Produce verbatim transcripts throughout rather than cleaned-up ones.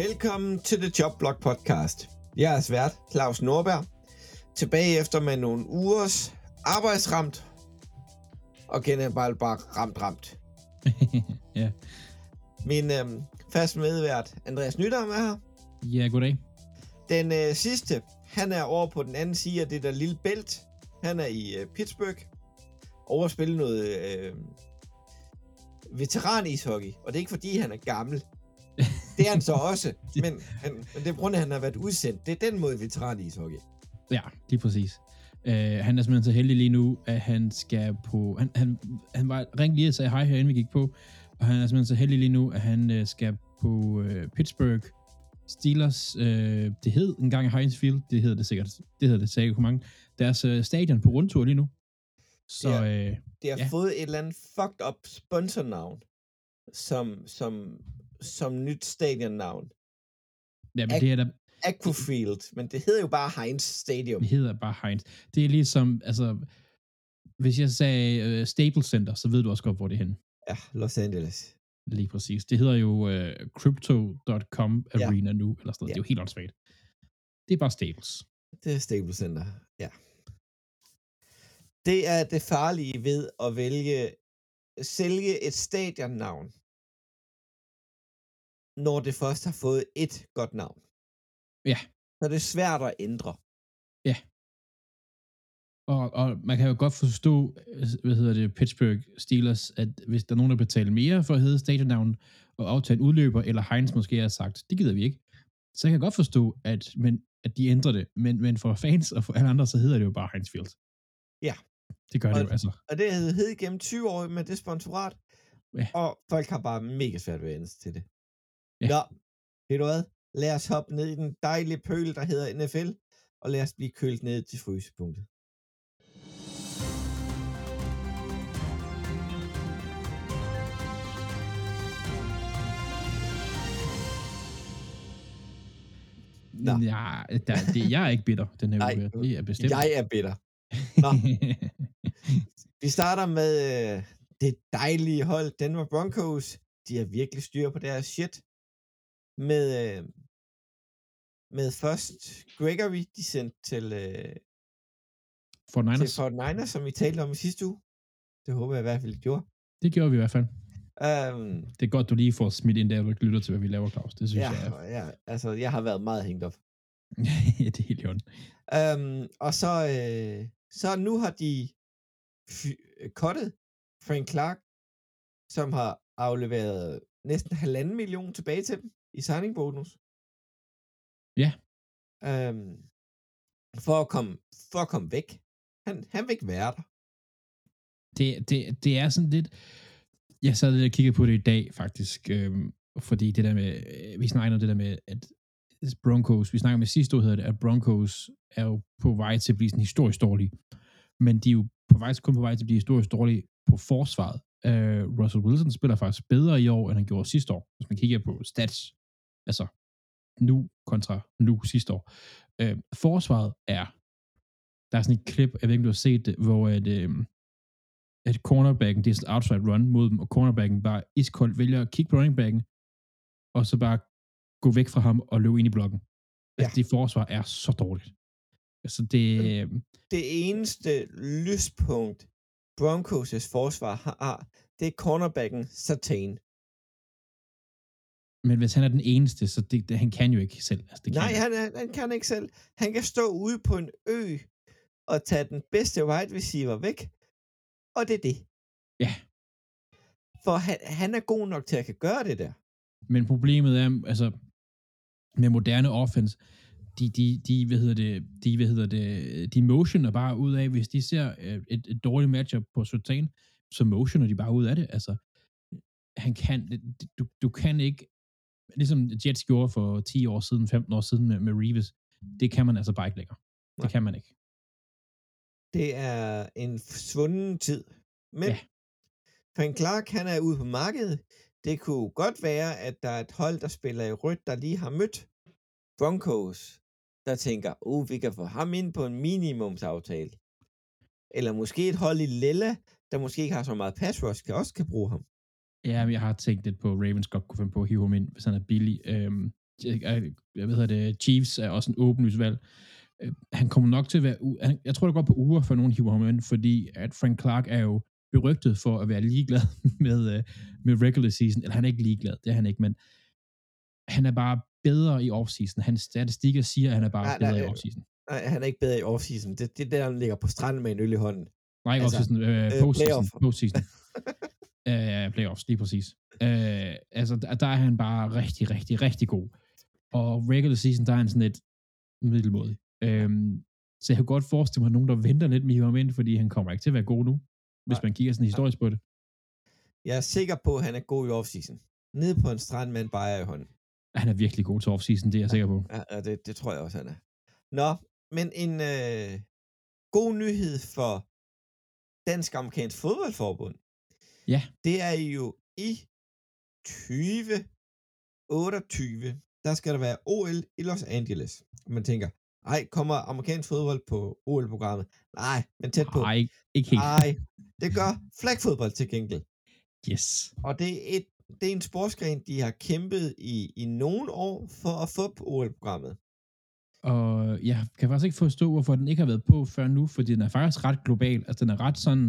Velkommen til The Jobblog Podcast. Jeg er svært Claus Norberg, tilbage efter med nogle ugers arbejdsramt, og generelt bare ramt ramt. Ja. Min øh, fast medvært Andreas Nydam er her. Ja, goddag. Den øh, sidste, han er over på den anden side af det der lille bælt. Han er i øh, Pittsburgh, over at spille noget øh, veteran-ishockey, og det er ikke fordi han er gammel. Det er han så også, men, han, men det er på grund af, at han har været udsendt. Det er den måde veteran-ishockey. Ja, lige præcis. Uh, han er simpelthen så heldig lige nu, at han skal på... Han, han, han var ringet lige og sagde hej herinde, vi gik på, og han er simpelthen så heldig lige nu, at han uh, skal på uh, Pittsburgh Steelers. Uh, det hed engang Heinz Field, det hedder det sikkert. Det hedder det sikkert for mange. Deres uh, stadion på rundtur lige nu. Så, ja, uh, det har ja. fået et eller andet fucked up sponsornavn, som, som, som nyt stadionnavn. Ja, men Ak- det er der... Aquafield, men det hedder jo bare Heinz Stadium. Det hedder bare Heinz. Det er ligesom, altså, hvis jeg sagde uh, Staples Center, så ved du også godt, hvor det er henne. Ja, Los Angeles. Lige præcis. Det hedder jo uh, crypto punktum com Arena ja. nu, eller sådan noget. Ja. Det er jo helt åndssvagt. Det er bare Staples. Det er Staples Center, ja. Det er det farlige ved at vælge, sælge et stadionnavn, når det først har fået et godt navn. Ja. Så det er svært at ændre. Ja. Og, og man kan jo godt forstå, hvad hedder det, Pittsburgh Steelers, at hvis der er nogen, der betaler mere for at hedde stadionnavn, og aftale udløber, eller Heinz måske har sagt, det gider vi ikke, så jeg kan godt forstå, at, men, at de ændrer det. Men, men for fans og for alle andre, så hedder det jo bare Heinz Field. Ja. Det gør og, det jo, altså. Og det havde heddet gennem tyve år med det sponsorat, ja. Og folk har bare mega svært ved at ende til det. Ja. Nå, ved du hvad? Lad os hoppe ned i den dejlige pøl, der hedder N F L, og lad os blive kølt ned til frysepunktet. Nå. Ja, der, det, jeg er ikke bitter, den her Nej, uge. Det er bestemt. Jeg er bitter. Nå. Vi starter med øh, det dejlige hold, Denver Broncos. De har virkelig styr på deres shit. Med, øh, med først Gregory, de sendte til, øh, forty-niners. til forty-niners, som vi talte om i sidste uge. Det håber jeg i hvert fald, de gjorde. Det gjorde vi i hvert fald. Um, det er godt, du lige får smidt ind der, og lytter til, hvad vi laver, Claus. Det synes ja, jeg er... Ja, altså, jeg har været meget hængt op. Ja, det er helt i orden. Um, og så, øh, så nu har de f- cuttet Frank Clark, som har afleveret næsten halvanden million tilbage til dem i signing bonus. Ja. Um, for, at komme, for at komme væk. Han, han vil ikke være der. Det, det, det er sådan lidt... Jeg sad lidt og kiggede på det i dag, faktisk. Øhm, fordi det der med... Vi snakker om det der med, at Broncos... Vi snakker med sidste år, hedder det, at Broncos er jo på vej til at blive sådan historisk dårlige. Men de er jo på vej, kun på vej til at blive historisk dårlige på forsvaret. Uh, Russell Wilson spiller faktisk bedre i år, end han gjorde sidste år. Hvis man kigger på stats. Altså, nu kontra nu sidste år. Uh, forsvaret er... Der er sådan et klip, jeg ved ikke, om du har set det, hvor at, øh, at cornerbacken, det er sådan et outside run mod dem, og cornerbacken bare iskoldt vælger at kigge på runningbacken, og så bare gå væk fra ham og løbe ind i blokken. Ja. Altså, det forsvar er så dårligt. Altså, det... Øh... Det eneste lyspunkt, Broncos' forsvar har, det er cornerbacken Surtain. Men hvis han er den eneste, så det, det, han kan jo ikke selv. Altså, det kan Nej, han, han kan ikke selv. Han kan stå ude på en ø og tage den bedste wide receiver væk, og det er det. Ja. For han, han er god nok til at kan gøre det der. Men problemet er, altså, med moderne offense, de, de, de, hvad hedder det, de, hvad hedder det, de motioner bare ud af, hvis de ser et, et dårligt matchup på Surtain, så motioner de bare ud af det. Altså, han kan, du, du kan ikke, ligesom Jets gjorde for ti år siden, femten år siden med, med Reeves, det kan man altså bare ikke længere. Det kan man ikke. Det er en svunden tid. Men ja. Frank Clark, han er ude på markedet. Det kunne godt være, at der er et hold, der spiller i rødt, der lige har mødt Broncos, der tænker, oh, vi kan få ham ind på en minimumsaftale. Eller måske et hold i Lilla, der måske ikke har så meget pass rush, kan også kan bruge ham. Ja, men jeg har tænkt lidt på, Ravens godt kunne finde på at hive ham ind, hvis han er billig. Øhm, jeg ved det, Chiefs er også en åbenlys valg. Han kommer nok til at være, han, jeg tror det går på uger, før nogen hiver ham ind, fordi at Frank Clark er jo berygtet for at være ligeglad med, med regular season, eller han er ikke ligeglad, det er han ikke, men han er bare bedre i offseason. Hans statistikker siger, at han er bare nej, bedre nej, i offseason. Nej, han er ikke bedre i offseason. Det, det er der, han ligger på stranden med en øl i hånden. Nej, ikke altså, offseason, øh, postseason. Postseason. Ja, uh, playoffs, lige præcis. Uh, altså, der, der er han bare rigtig, rigtig, rigtig god. Og regular season, der er han sådan lidt middelmådig. Um, så jeg kan godt forestille mig, at nogen, der venter lidt med ham ind, fordi han kommer ikke til at være god nu, hvis nej. Man kigger sådan historisk på det. Jeg er sikker på, at han er god i offseason. Nede på en strand med en bajer i hånden. Han er virkelig god til offseason, det er jeg ja, sikker på. Ja, det, det tror jeg også, han er. Nå, men en øh, god nyhed for Dansk-Amerikansk Fodboldforbund. Ja. Det er jo i tyve otteogtyve, der skal der være O L i Los Angeles. Og man tænker, ej, kommer amerikansk fodbold på O L-programmet? Nej, men tæt på. Nej, ikke helt. Nej, det gør flagfodbold til gengæld. Yes. Og det er, et, det er en sportsgren, de har kæmpet i, i nogle år for at få på O L-programmet. Og jeg kan faktisk ikke forstå, hvorfor den ikke har været på før nu, fordi den er faktisk ret global. Altså, den er ret sådan...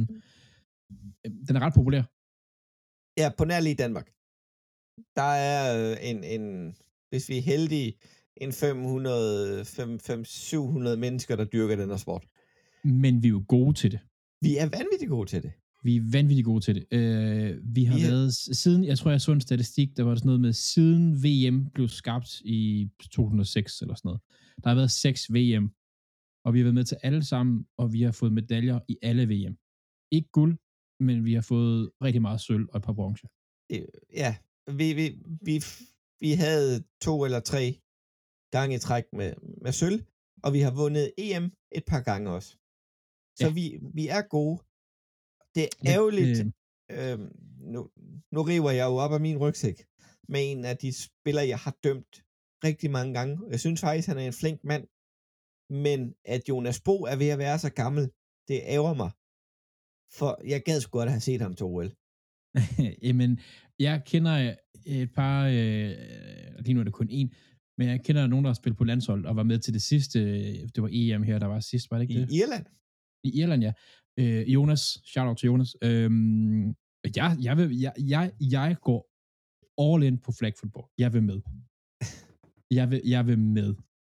Den er ret populær. Ja, på nær lige Danmark. Der er øh, en, en, hvis vi er heldige, en fem hundrede, fem hundrede, syv hundrede mennesker, der dyrker den her sport. Men vi er jo gode til det. Vi er vanvittigt gode til det. Vi er vanvittigt gode til det. Uh, vi har vi været, er... siden, jeg tror, jeg så en statistik, der var sådan noget med, siden V M blev skabt i to tusind og seks eller sådan noget. Der har været seks V M, og vi har været med til alle sammen, og vi har fået medaljer i alle V M. Ikke guld, men vi har fået rigtig meget sølv og et par bronze. Ja, vi, vi, vi, vi havde to eller tre gange i træk med, med sølv, og vi har vundet E M et par gange også. Så ja. vi, vi er gode. Det er ærgerligt. Øh, nu, nu river jeg jo op af min rygsæk med en af de spillere, jeg har dømt rigtig mange gange. Jeg synes faktisk, han er en flink mand. Men at Jonas Bo er ved at være så gammel, det ærger mig. For jeg gad sgu godt have set ham til O L. Jamen, jeg kender et par, øh, lige nu er det kun én, men jeg kender nogen, der har spillet på landshold og var med til det sidste, det var E M her, der var sidst, var det ikke det? I Irland? I Irland, ja. Øh, Jonas, shout out til Jonas. Øhm, jeg, jeg, vil, jeg, jeg, jeg går all in på flag football. Jeg vil med. Jeg vil, jeg vil med.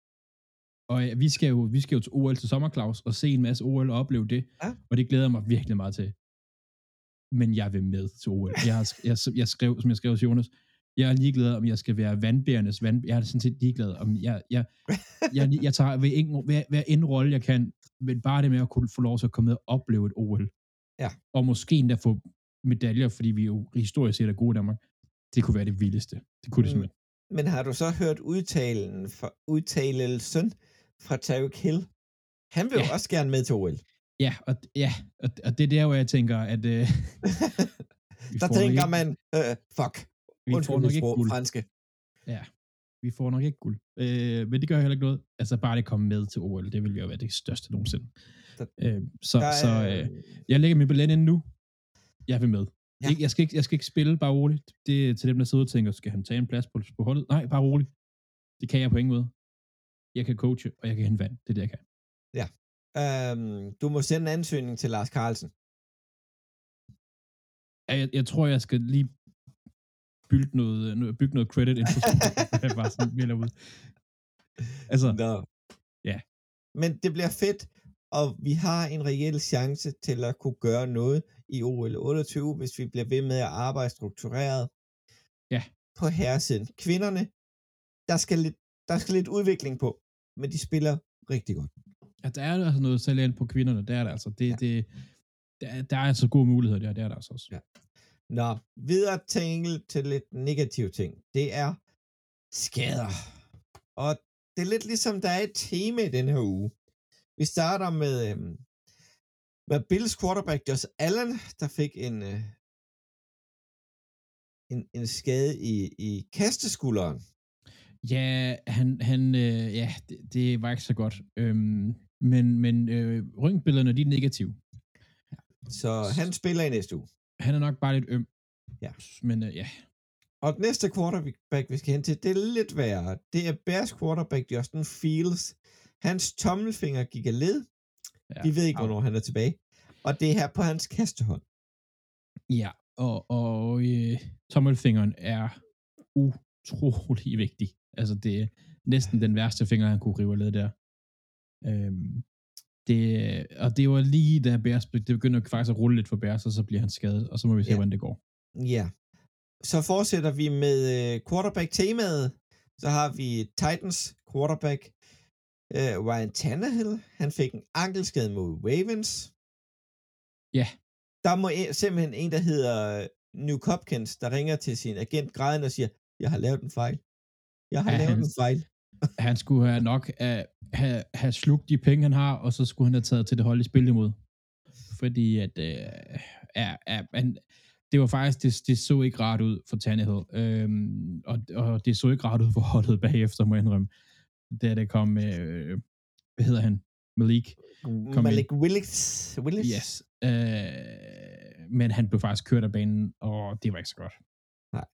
Og ja, vi skal jo, vi skal jo til O L til sommer, Claus, og se en masse O L og opleve det. Ja. Og det glæder mig virkelig meget til. Men jeg vil med til O L. Jeg, har, jeg, jeg skrev, som jeg skrev til Jonas, jeg er ligeglad, om jeg skal være vandbærernes vand. Jeg er sådan set ligeglad. Om jeg, jeg, jeg, jeg tager hver, hver, hver en rolle, jeg kan, men bare det med at kunne få lov til at komme ned og opleve et O L. Ja. Og måske endda få medaljer, fordi vi jo historisk set er gode i Danmark. Det kunne være det vildeste. Det kunne det simpelthen. Men har du så hørt udtalen for, udtalelsen fra Tyreek Hill? Han vil ja. jo også gerne med til O L. Ja, og, ja, og, og det er der, hvor jeg tænker, at... Øh, der tænker ikke, man, øh, fuck, vi undskyld mit sprog, franske. Ja, vi får nok ikke guld. Øh, men det gør heller ikke noget. Altså bare det komme med til O L, det vil jo være det største nogensinde. Der, øh, så er, så øh, jeg lægger min billet ind nu. Jeg vil med. Ja. Jeg, skal ikke, jeg skal ikke spille, bare roligt. Det er til dem, der sidder og tænker, skal han tage en plads på, på holdet? Nej, bare roligt. Det kan jeg på ingen måde. Jeg kan coache, og jeg kan hente vand. Det er det, jeg kan. Ja. Um, du må sende en ansøgning til Lars Carlsen. Jeg, jeg tror, jeg skal lige bygge noget, bygge noget credit ind på jeg bare sådan mere ud. Altså, no. ja. Men det bliver fedt, og vi har en reel chance til at kunne gøre noget i O L otteogtyve, hvis vi bliver ved med at arbejde struktureret. Ja. På herresiden. Kvinderne, der skal lidt, der skal lidt udvikling på, men de spiller rigtig godt. Ja, der er altså noget talent på kvinderne, der er der altså. Det, ja. det, der, der er altså gode muligheder der, der er der altså også. Ja. Nå, videre til, til lidt negative ting. Det er skader. Og det er lidt ligesom, der er et tema i den her uge. Vi starter med, øhm, med Bills quarterback Josh Allen, der fik en, øh, en, en skade i, i kasteskulderen. Ja, han, han øh, ja, det, det var ikke så godt. Øhm, men men øh, røntgenbillederne, de er negative. Så han spiller i næste uge. Han er nok bare lidt øm. Ja. Men øh, ja. Og den næste quarterback, vi skal hen til, det er lidt værre. Det er Bears quarterback, Justin Fields. Hans tommelfinger gik af led. Ja, vi ved ikke, hvornår han er tilbage. Og det er her på hans kastehånd. Ja, og, og øh, tommelfingeren er utrolig vigtig. Altså, det er næsten den værste finger, han kunne rive af led der. Øhm, det, og det var lige da Bears, det begynder faktisk at rulle lidt for Bears, og så bliver han skadet, og så må vi se, ja. hvordan det går. Ja. Så fortsætter vi med uh, quarterback-temaet. Så har vi Titans quarterback, uh, Ryan Tannehill. Han fik en ankelskade mod Ravens. Ja. Der må en, simpelthen en, der hedder New Hopkins, der ringer til sin agent grædende og siger, jeg har lavet en fejl. Jeg har ja, lavet han, en fejl. Han skulle have nok uh, have, have slugt de penge, han har, og så skulle han have taget til det hold i spil imod. Fordi at uh, ja, ja, man, det var faktisk, det, det så ikke rart ud for Tannehill. Øhm, og, og det så ikke rart ud for holdet bagefter, må jeg indrømme. Da det kom, øh, hvad hedder han? Malik. Kom Malik Willis. Willis. Yes. Øh, men han blev faktisk kørt af banen, og det var ikke så godt. Nej.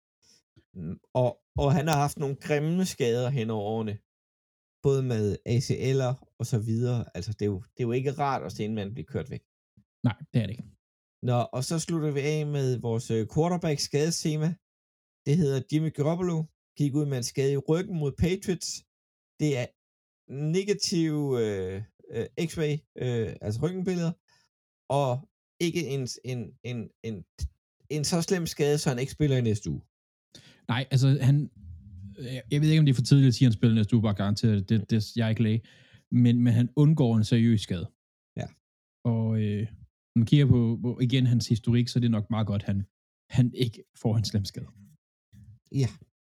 Og, og han har haft nogle grimme skader hen over årene. Både med A C L'er og så videre. Altså, det er jo, det er jo ikke rart at se en mand blive kørt væk. Nej, det er det ikke. Nå, og så slutter vi af med vores quarterback skadestema. Det hedder Jimmy Garoppolo. Gik ud med en skade i ryggen mod Patriots. Det er negative øh, øh, x-ray, øh, altså ryggenbilleder, og ikke en, en, en, en, en så slem skade, så han ikke spiller i næste uge. Nej, altså han, jeg ved ikke, om det er for tidligt at sige, at han spiller næste uge, bare garanteret, det, det jeg er ikke læge, men, men han undgår en seriøs skade. Ja. Og øh, når man kigger på, på igen hans historik, så er det nok meget godt, at han, han ikke får en slem skade. Ja.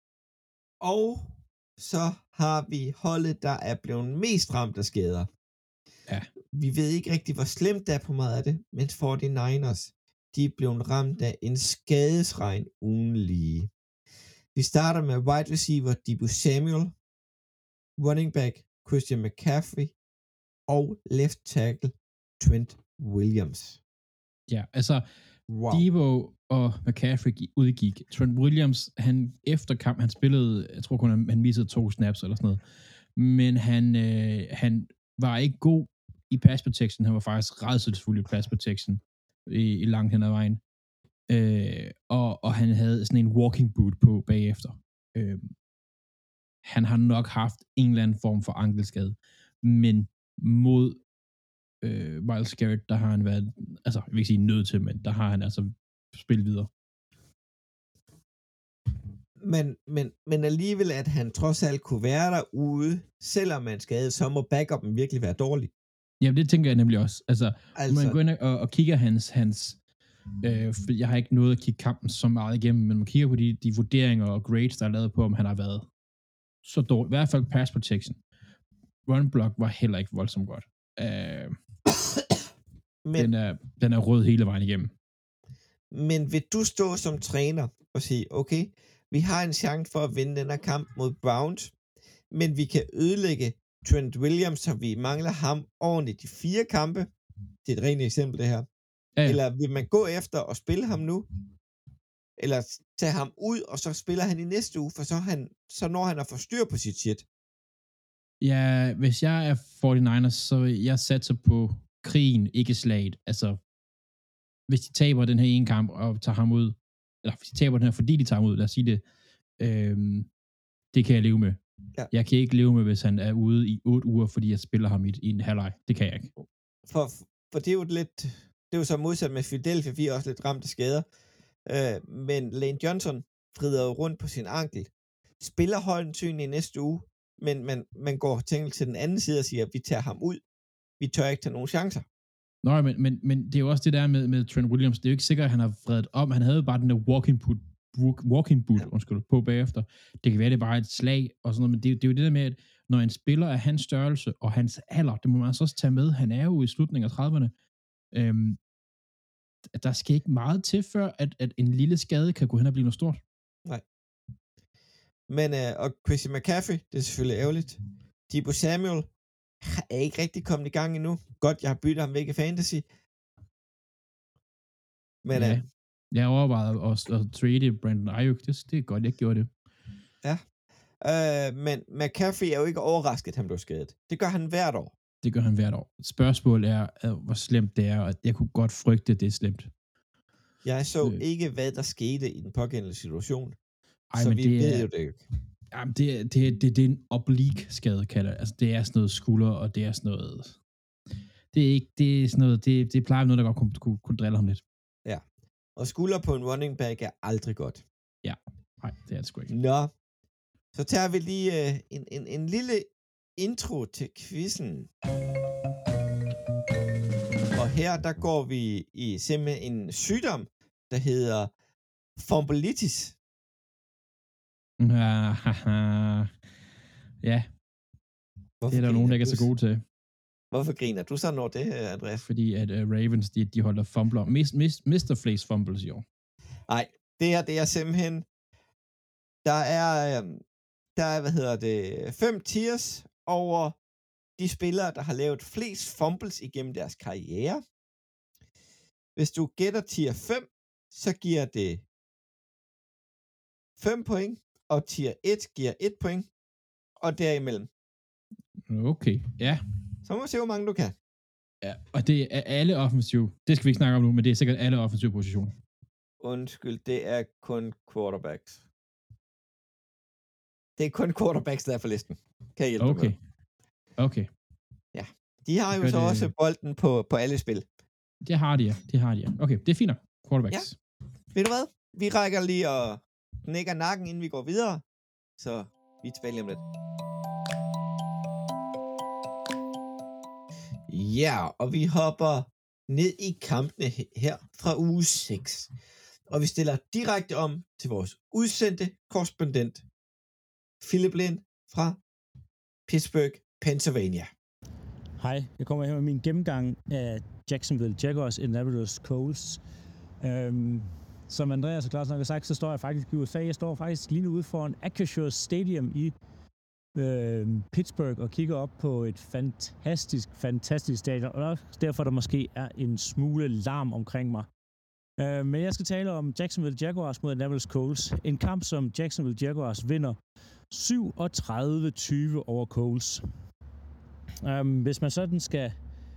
Og så har vi holdet, der er blevet mest ramt af skader. Ja. Vi ved ikke rigtig, hvor slemt det er på meget af det, men forty-niners, de er blevet ramt af en skadesregn ugenlige. Vi starter med wide receiver Deebo Samuel, running back Christian McCaffrey og left tackle Trent Williams. Ja, altså wow. Deebo og McCaffrey udgik. Trent Williams, han efter kamp, han spillede, jeg tror kun, han, han missede to snaps eller sådan noget, men han, øh, han var ikke god i pass protection. Han var faktisk rædselsfuld i pass protection i, i langt hen ad vejen. Øh, og, og han havde sådan en walking boot på bagefter. Øh, han har nok haft en eller anden form for ankelskade, men mod øh, Myles Garrett, der har han været, altså jeg vil ikke sige nødt til, men der har han altså spillet videre. Men, men, men alligevel, at han trods alt kunne være derude, selvom man skade, så må backupen virkelig være dårlig. Ja, det tænker jeg nemlig også. Altså, altså man går ind og, og kigger hans, hans øh, jeg har ikke nået at kigge kampen så meget igennem, men man kigger på de, de vurderinger og grades, der er lavet på, om han har været så dårlig. I hvert fald pass protection. Run block var heller ikke voldsomt godt. Øh, men, den, er, den er rød hele vejen igennem. Men vil du stå som træner og sige, okay, vi har en chance for at vinde den her kamp mod Browns, men vi kan ødelægge Trent Williams, så vi mangler ham ordentligt de fire kampe. Det er et rent eksempel, det her. Ja, ja. Eller vil man gå efter og spille ham nu? Eller tage ham ud, og så spiller han i næste uge, for så, han, så når han at få styr på sit shit. Ja, hvis jeg er forty-niners, så jeg satser på krigen, ikke slaget. Altså, hvis de taber den her ene kamp og tager ham ud, eller hvis de taber den her, fordi de tager ham ud, lad os sige det, øhm, det kan jeg leve med. Ja. Jeg kan ikke leve med, hvis han er ude i otte uger, fordi jeg spiller ham i, i en halvleg. Det kan jeg ikke. For, for det er jo lidt, det er jo så modsat med Philadelphia, vi er også lidt ramt af skader. Øh, men Lane Johnson frider jo rundt på sin ankel. Spiller højden i næste uge, men man, man går tænkt til den anden side og siger, at vi tager ham ud. Vi tør ikke tage nogen chancer. Nej, men, men, men det er jo også det der med, med Trent Williams. Det er jo ikke sikkert, at han har vredet om. Han havde bare den der walking boot, walking boot ja. undskyld, på bagefter. Det kan være, det er bare et slag og sådan noget, men det, det er jo det der med, at når en spiller er hans størrelse og hans alder, det må man altså også tage med. Han er jo i slutningen af trediverne. Øhm, der skal ikke meget til, før at, at en lille skade kan gå hen og blive noget stort. Nej. Men, øh, og Christian McCaffrey, det er selvfølgelig ærgerligt. Deebo Samuel er ikke rigtig kommet i gang endnu. Godt, jeg har byttet ham væk i fantasy. Men, ja. øh, Jeg overvejede også at trade Brandon Ayuk. Det, det er godt, jeg gjorde det. Ja. Øh, men McCaffrey er jo ikke overrasket, at han blev skadet. Det gør han hvert år. Det gør han hvert år. Spørgsmålet er, hvor slemt det er, og jeg kunne godt frygte, det er slemt. Jeg så øh. ikke, hvad der skete i den pågældende situation. Ej, så men vi det ved er, jo det ikke. Jamen, det, det, det, det er en oblique skade, kalder det. Altså, det er sådan noget skulder, og det er sådan noget... Det er ikke... Det er sådan noget... Det, det plejer noget, der godt kunne, kunne, kunne drille ham lidt. Ja. Og skulder på en running back er aldrig godt. Ja. Nej, det er det sgu ikke. Nå. Så tager vi lige uh, en, en, en lille intro til quizzen. Og her, der går vi i simpelthen en sygdom, der hedder fumbleitis. Ja. Hvorfor det er der nogen, der ikke er så gode til. Hvorfor griner du så når det, Andreas? Fordi at uh, Ravens, de, de holder fumbler. Mis, mis, mister flest fumbles i år. Nej, det her, det er simpelthen... Der er, øhm, der er, hvad hedder det, fem tiers over de spillere, der har lavet flest fumbles igennem deres karriere. Hvis du gætter tier fem, så giver det fem point, og tier et giver et point, og derimellem. Okay, ja. Så må vi se, hvor mange du kan. Ja, og det er alle offensive. Det skal vi ikke snakke om nu, men det er sikkert alle offensive positioner. Undskyld, det er kun quarterbacks. Det er kun quarterbacks, der er på listen. Kan jeg hjælpe okay. med? Okay. Ja. De har jo så det... også bolden på, på alle spil. Det har de, ja. Det har de, ja. Okay, det er fint. Quarterbacks. Ja. Ved du hvad? Vi rækker lige og knækker nakken, inden vi går videre. Så vi er tilbage lige om lidt. Ja, og vi hopper ned i kampene her fra uge seks. Og vi stiller direkte om til vores udsendte korrespondent, Philip Lind fra Pittsburgh, Pennsylvania. Hej, jeg kommer her med min gennemgang af Jacksonville Jaguars Indianapolis Colts. Øhm, som Andreas og Claus nok har sagt, så står jeg faktisk i U S A. Jeg står faktisk lige nu ude foran Acrisure Stadium i øh, Pittsburgh og kigger op på et fantastisk, fantastisk stadion. Og derfor der måske er en smule larm omkring mig. Øh, men jeg skal tale om Jacksonville Jaguars mod Indianapolis Colts. En kamp, som Jacksonville Jaguars vinder syvogtredive tyve over Colts. Um, hvis man sådan skal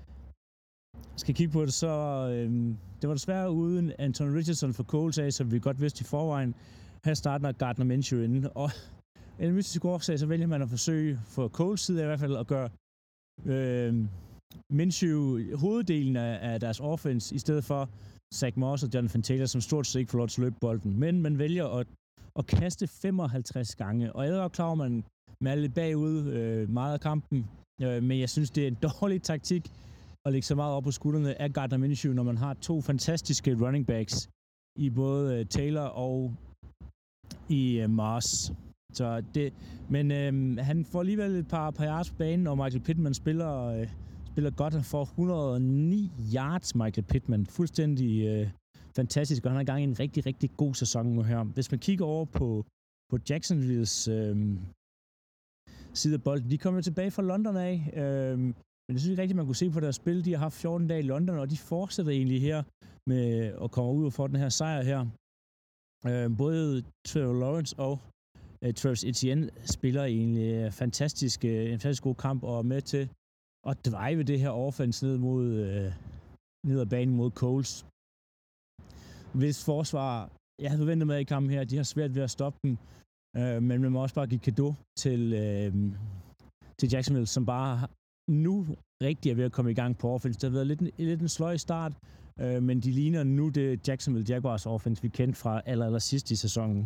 skal kigge på det, så um, det var desværre uden Anthony Richardson for Colts af, som vi godt vidste i forvejen. Her starter Gardner Minshew inde, og en mystisk årsag, så vælger man at forsøge, for Colts side i hvert fald, at gøre uh, Minshew hoveddelen af, af deres offense, i stedet for Zach Moss og Jonathan Taylor, som stort set ikke får lov til at løbe bolden. Men man vælger at, at kaste femoghalvtreds gange, og jeg er jo klar, at man med alle bagud uh, meget af kampen. Men jeg synes, det er en dårlig taktik at lægge så meget op på skuldrene af Gardner Minshew, når man har to fantastiske running backs i både Taylor og i uh, Mars. Så det, men øh, han får alligevel et par, par yards på banen, og Michael Pittman spiller, øh, spiller godt. Han får et hundrede og ni yards, Michael Pittman. Fuldstændig øh, fantastisk, og han er i gang i en rigtig, rigtig god sæson nu her. Hvis man kigger over på, på Jacksonvilles Øh, side af bolden. De kom jo tilbage fra London af, øh, men det synes jeg rigtigt, man kunne se på deres spil. De har haft fjorten dage i London, og de fortsætter egentlig her med at komme ud og få den her sejr her. Øh, både Trevor Lawrence og øh, Travis Etienne spiller egentlig fantastisk, øh, en fantastisk god kamp, og er med til at drive det her offense ned mod øh, ned ad banen mod Colts. Hvis forsvar, jeg havde forventet med i kampen her, de har svært ved at stoppe dem. Uh, men man må også bare give cadeau til, uh, til Jacksonville, som bare nu rigtig er ved at komme i gang på offense. Det har været lidt en, lidt en sløj start, uh, men de ligner nu det Jacksonville Jaguars offense, vi kendte fra aller, aller sidst i sæsonen.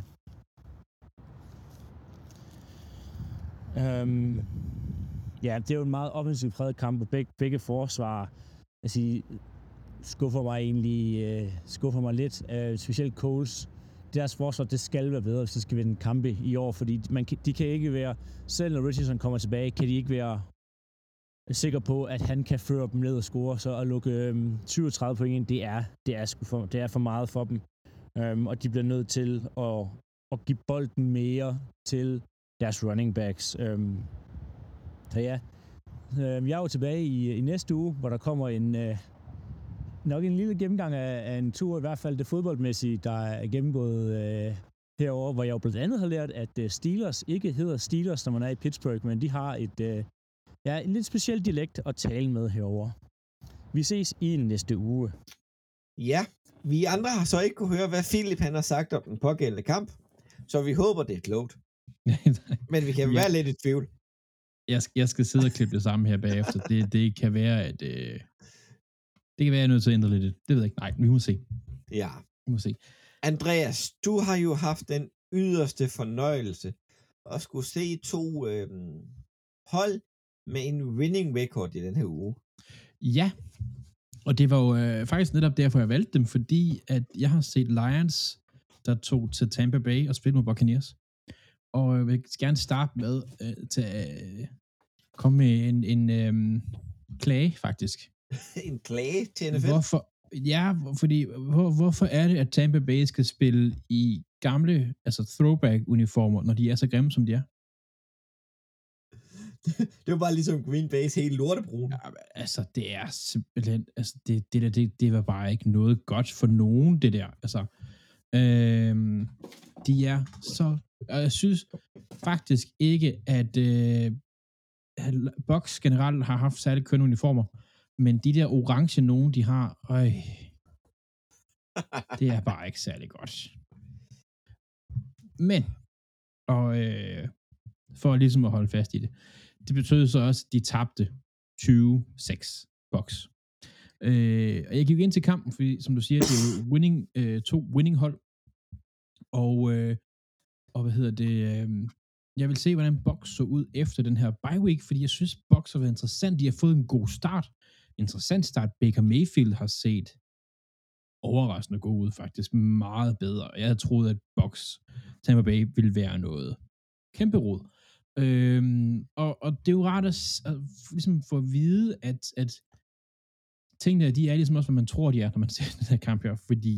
Um, ja, det er jo en meget offensivt præget kamp, og begge, begge forsvar altså, skuffer mig egentlig uh, skuffer mig lidt, uh, specielt Coles. Deres forsvar, det skal være bedre, hvis de skal vinde kampe i år, fordi man, de kan ikke være, selv når Richardson kommer tilbage, kan de ikke være sikre på, at han kan føre dem ned og score, så at lukke øhm, syvogtredive point ind, det er, det, er sgu for, det er for meget for dem, øhm, og de bliver nødt til at, at give bolden mere til deres running backs. Øhm, så ja, øhm, jeg er jo tilbage i, i næste uge, hvor der kommer en, øh, nok en lille gennemgang af, af en tur, i hvert fald det fodboldmæssige, der er gennemgået øh, herover, hvor jeg jo blandt andet har lært, at øh, Steelers ikke hedder Steelers, når man er i Pittsburgh, men de har et, øh, ja, en lidt speciel dialekt at tale med herover. Vi ses i næste uge. Ja, vi andre har så ikke kunne høre, hvad Philip han har sagt om den pågældende kamp, så vi håber, det er klogt. Men vi kan Ja. være lidt i tvivl. Jeg, skal- jeg skal sidde og klippe det sammen her bagefter. Det, det kan være, at øh, det kan være, at jeg er nødt til at ændre lidt. Det ved jeg ikke. Nej, vi må se. Ja. Vi må se. Andreas, du har jo haft den yderste fornøjelse at skulle se to øh, hold med en winning record i den her uge. Ja, og det var jo øh, faktisk netop derfor, jeg valgte dem, fordi at jeg har set Lions, der tog til Tampa Bay og spillede mod Buccaneers. Og jeg vil gerne starte med øh, til at øh, komme med en, en øh, klage, faktisk. En klage til N F L? Hvorfor? Ja, fordi hvor, hvorfor er det, at Tampa Bay skal spille i gamle, altså throwback-uniformer, når de er så grimme, som de er? Det var bare ligesom Green Bay's hele lortebrun. Ja, altså, det er simpelthen, altså, det, det der, det, det var bare ikke noget godt for nogen, det der. Altså, øhm, de er så, og jeg synes faktisk ikke, at øh, Bucs generelt har haft særligt kønne uniformer, men de der orange nogen, de har, øj, det er bare ikke særlig godt. Men, og øh, for ligesom at holde fast i det, det betød så også, at de tabte tyve seks Bucs. Øh, og jeg gik ind til kampen, fordi som du siger, det er jo winning, øh, to winning hold. Og, øh, og hvad hedder det, øh, jeg vil se, hvordan Bucs så ud efter den her bye week, fordi jeg synes, Bucs har været interessant. De har fået en god start. Interessant start. Baker Mayfield har set overraskende god ud, faktisk meget bedre. Jeg havde troet, at Bucs Tampa Bay ville være noget kæmpe rod. Øhm, og, og det er jo rart at, at ligesom få at vide, at, at tingene, de er ligesom også, hvad man tror, de er, når man ser den her kamp her, fordi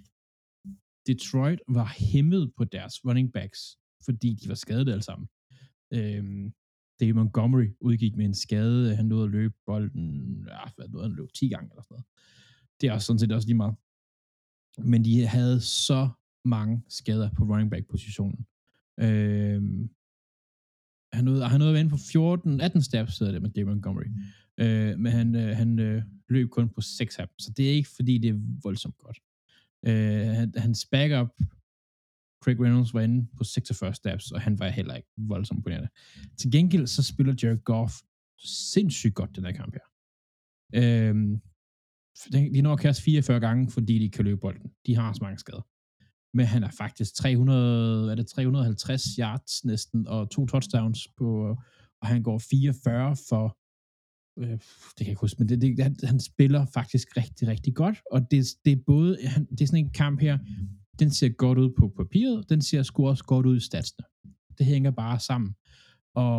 Detroit var hæmmet på deres running backs, fordi de var skadet alle sammen. Øhm, David Montgomery udgik med en skade, han nåede at løbe bolden, ja, hvad nåede han løb ti gange eller sådan noget. Det er også sådan set også lige meget. Men de havde så mange skader på running back positionen. Øhm, Han nåede, han nåede at vende på fjorten atten snaps, hedder det med David Montgomery. Mm. Øh, men han, øh, han øh, løb kun på seks af dem, så det er ikke, fordi det er voldsomt godt. Øh, han, hans backup, Craig Reynolds, var inde på seksogfyrre snaps, og han var heller ikke voldsomt imponerende. Til gengæld, så spiller Jared Goff sindssygt godt den her kamp her. Øh, de når at kaste fireogfyrre gange, fordi de kan løbe bolden. De har så mange skader. Men han er faktisk tre hundrede, er det tre hundrede og halvtreds yards næsten, og to touchdowns på, og han går fireogfyrre for, øh, det kan jeg ikke huske, men det, det, han, han spiller faktisk rigtig, rigtig godt, og det, det er både, han, det er sådan en kamp her, den ser godt ud på papiret, den ser sgu også godt ud i statsene. Det hænger bare sammen. Og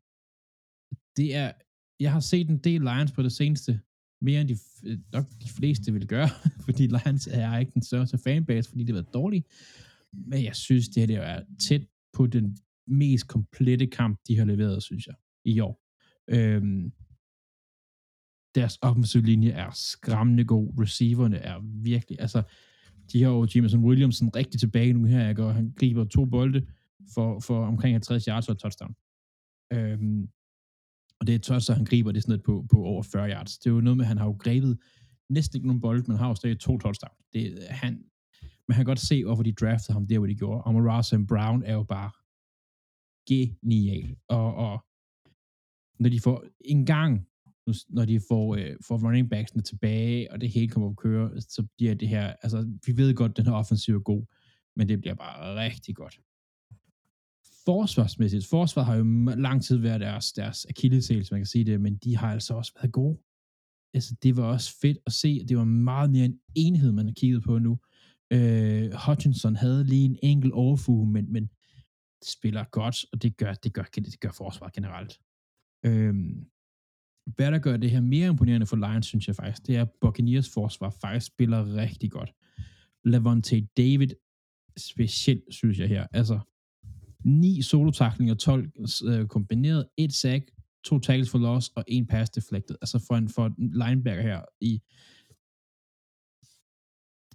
det er, jeg har set en del Lions på det seneste, mere end de, nok de fleste vil gøre, fordi Lions er ikke den største fanbase, fordi det har været dårligt. Men jeg synes, det her er tæt på den mest komplette kamp, de har leveret, synes jeg, i år. Øhm, deres offensive linje er skræmmende god. Receiverne er virkelig, altså, de har jo Jameson Williamson rigtig tilbage nu her, ikke? Og han griber to bolde for, for omkring halvtreds yards og et touchdown. Øhm, Og det er tørt, så han griber det sådan lidt på, på over fyrre yards. Det er jo noget med, at han har jo grebet næsten ikke nogen bold, men har jo stadig to touchdown. Det, han, man kan godt se, hvorfor de draftede ham der, hvor de gjorde. Amon-Ra Saint Brown er jo bare genial. Og, og når de får en gang, når de får, øh, får running backsene tilbage, og det hele kommer op at køre, så bliver det her, altså vi ved godt, at den her offensiv er god, men det bliver bare rigtig godt. Forsvarsmæssigt. Forsvaret har jo lang tid været deres, deres akilleshæl, hvis man kan sige det, men de har altså også været gode. Altså, det var også fedt at se, at det var meget mere en enhed, man har kigget på nu. Øh, Hutchinson havde lige en enkelt overfuge, men, men spiller godt, og det gør, det gør, det gør forsvaret generelt. Øh, hvad der gør det her mere imponerende for Lions, synes jeg faktisk, det er, at Buccaneers forsvar faktisk spiller rigtig godt. Lavonte David specielt, synes jeg her. Altså, ni solotaklinger, tolv øh, kombineret, et sack, to tackles for loss og en pass deflected. Altså for en, for en linebacker her i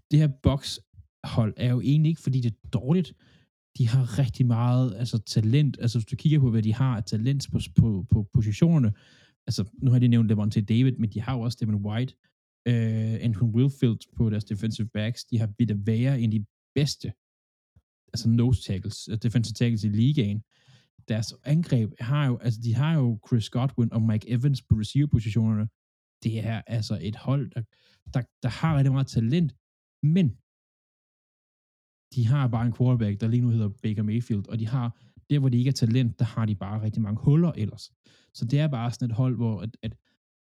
det her bokshold er jo egentlig ikke, fordi det er dårligt. De har rigtig meget altså, talent. Altså, hvis du kigger på, hvad de har af talent på, på, på positionerne, altså, nu har de nævnt Levante David, men de har jo også Devin White, uh, Antoine Wilfield på deres defensive backs. De har vidt at være en af de bedste, altså nose tackles, defensive tackles i ligaen. Deres angreb har jo, altså, de har jo Chris Godwin og Mike Evans på receiver-positionerne. Det er altså et hold, der, der, der har rigtig meget talent, men de har bare en quarterback, der lige nu hedder Baker Mayfield, og de har, der hvor de ikke er talent, der har de bare rigtig mange huller ellers. Så det er bare sådan et hold, hvor at, at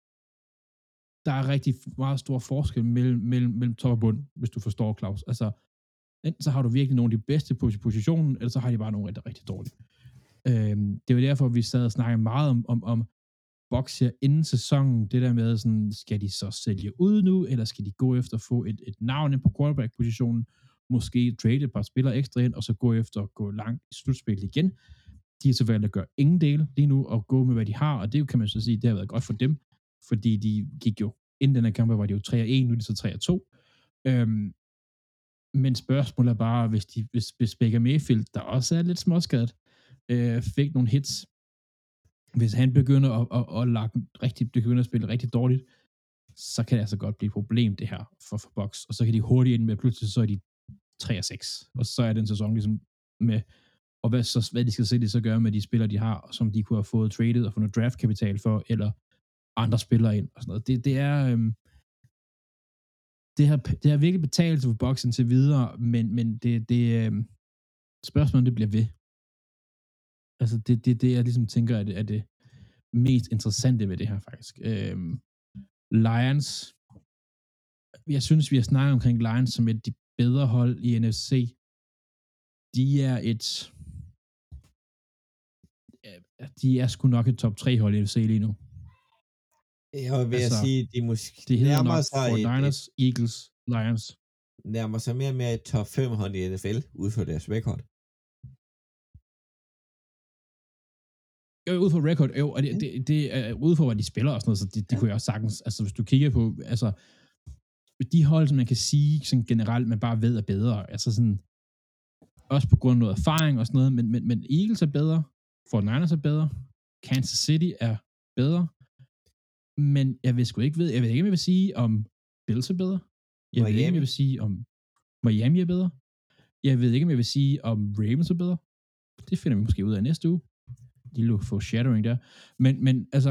der er rigtig meget stor forskel mellem, mellem, mellem top og bund, hvis du forstår, Claus. Altså, enten så har du virkelig nogle af de bedste på positionen, eller så har de bare nogle rigtig, rigtig dårlige. Øhm, det var derfor, vi sad og snakkede meget om, om, om Bucs her inden sæsonen, det der med sådan, skal de så sælge ud nu, eller skal de gå efter at få et, et navn ind på quarterback-positionen, måske trade et par spillere ekstra ind, og så gå efter at gå langt i slutspillet igen. De har så valgt at gøre ingen del lige nu, og gå med, hvad de har, og det kan man så sige, det har været godt for dem, fordi de gik jo, inden den her kamp, var de jo tre og en, nu er de så tre og to. Øhm, men spørgsmålet er bare, hvis, de, hvis, hvis Baker Mayfield, der også er lidt småskadet, øh, fik nogle hits, hvis han begynder at, at, at, lage rigtig, begynder at spille rigtig dårligt, så kan det altså godt blive et problem, det her for, for Bucs, og så kan de hurtigt ind med, pludselig så er de tre og seks, og så er den sæson ligesom med, og hvad, så, hvad de skal se, de så gøre med de spillere, de har, som de kunne have fået traded og fået noget draftkapital for, eller andre spillere ind, og sådan noget. Det, det er, øhm, det har, det har virkelig betalt sig for Bucs indtil videre, men, men det, det øhm, spørgsmålet, det bliver ved. Altså, det, det, det jeg ligesom tænker, er det, er det mest interessante ved det her, faktisk. Øhm, Lions, jeg synes, vi har snakket omkring Lions som et af de bedre hold i N F C. De er et de er sgu nok et top tre hold i N F C lige nu. Jeg vil altså, sige, de måske det hedder nærmer nok sig Niners, Eagles, Lions. Nærmer sig mere og mere et top fem hold i N F L, ud fra deres record. Jo, ud fra record, jo, og det, det, det er ud fra, hvad de spiller og sådan noget, så det, det kunne jeg også sagtens, altså hvis du kigger på, altså de hold, som man kan sige sådan generelt, man bare ved er bedre, altså sådan, også på grund af noget erfaring og sådan noget, men, men, men Eagles er bedre, forty-niners er bedre, Kansas City er bedre, men jeg ved sgu ikke, ved, jeg ved ikke, om jeg vil sige, om Bills er bedre, jeg Miami. ved ikke, om jeg vil sige, om Miami er bedre, jeg ved ikke, om jeg vil sige, om Ravens er bedre, det finder vi måske ud af næste uge, lille foreshadowing der, men, men altså,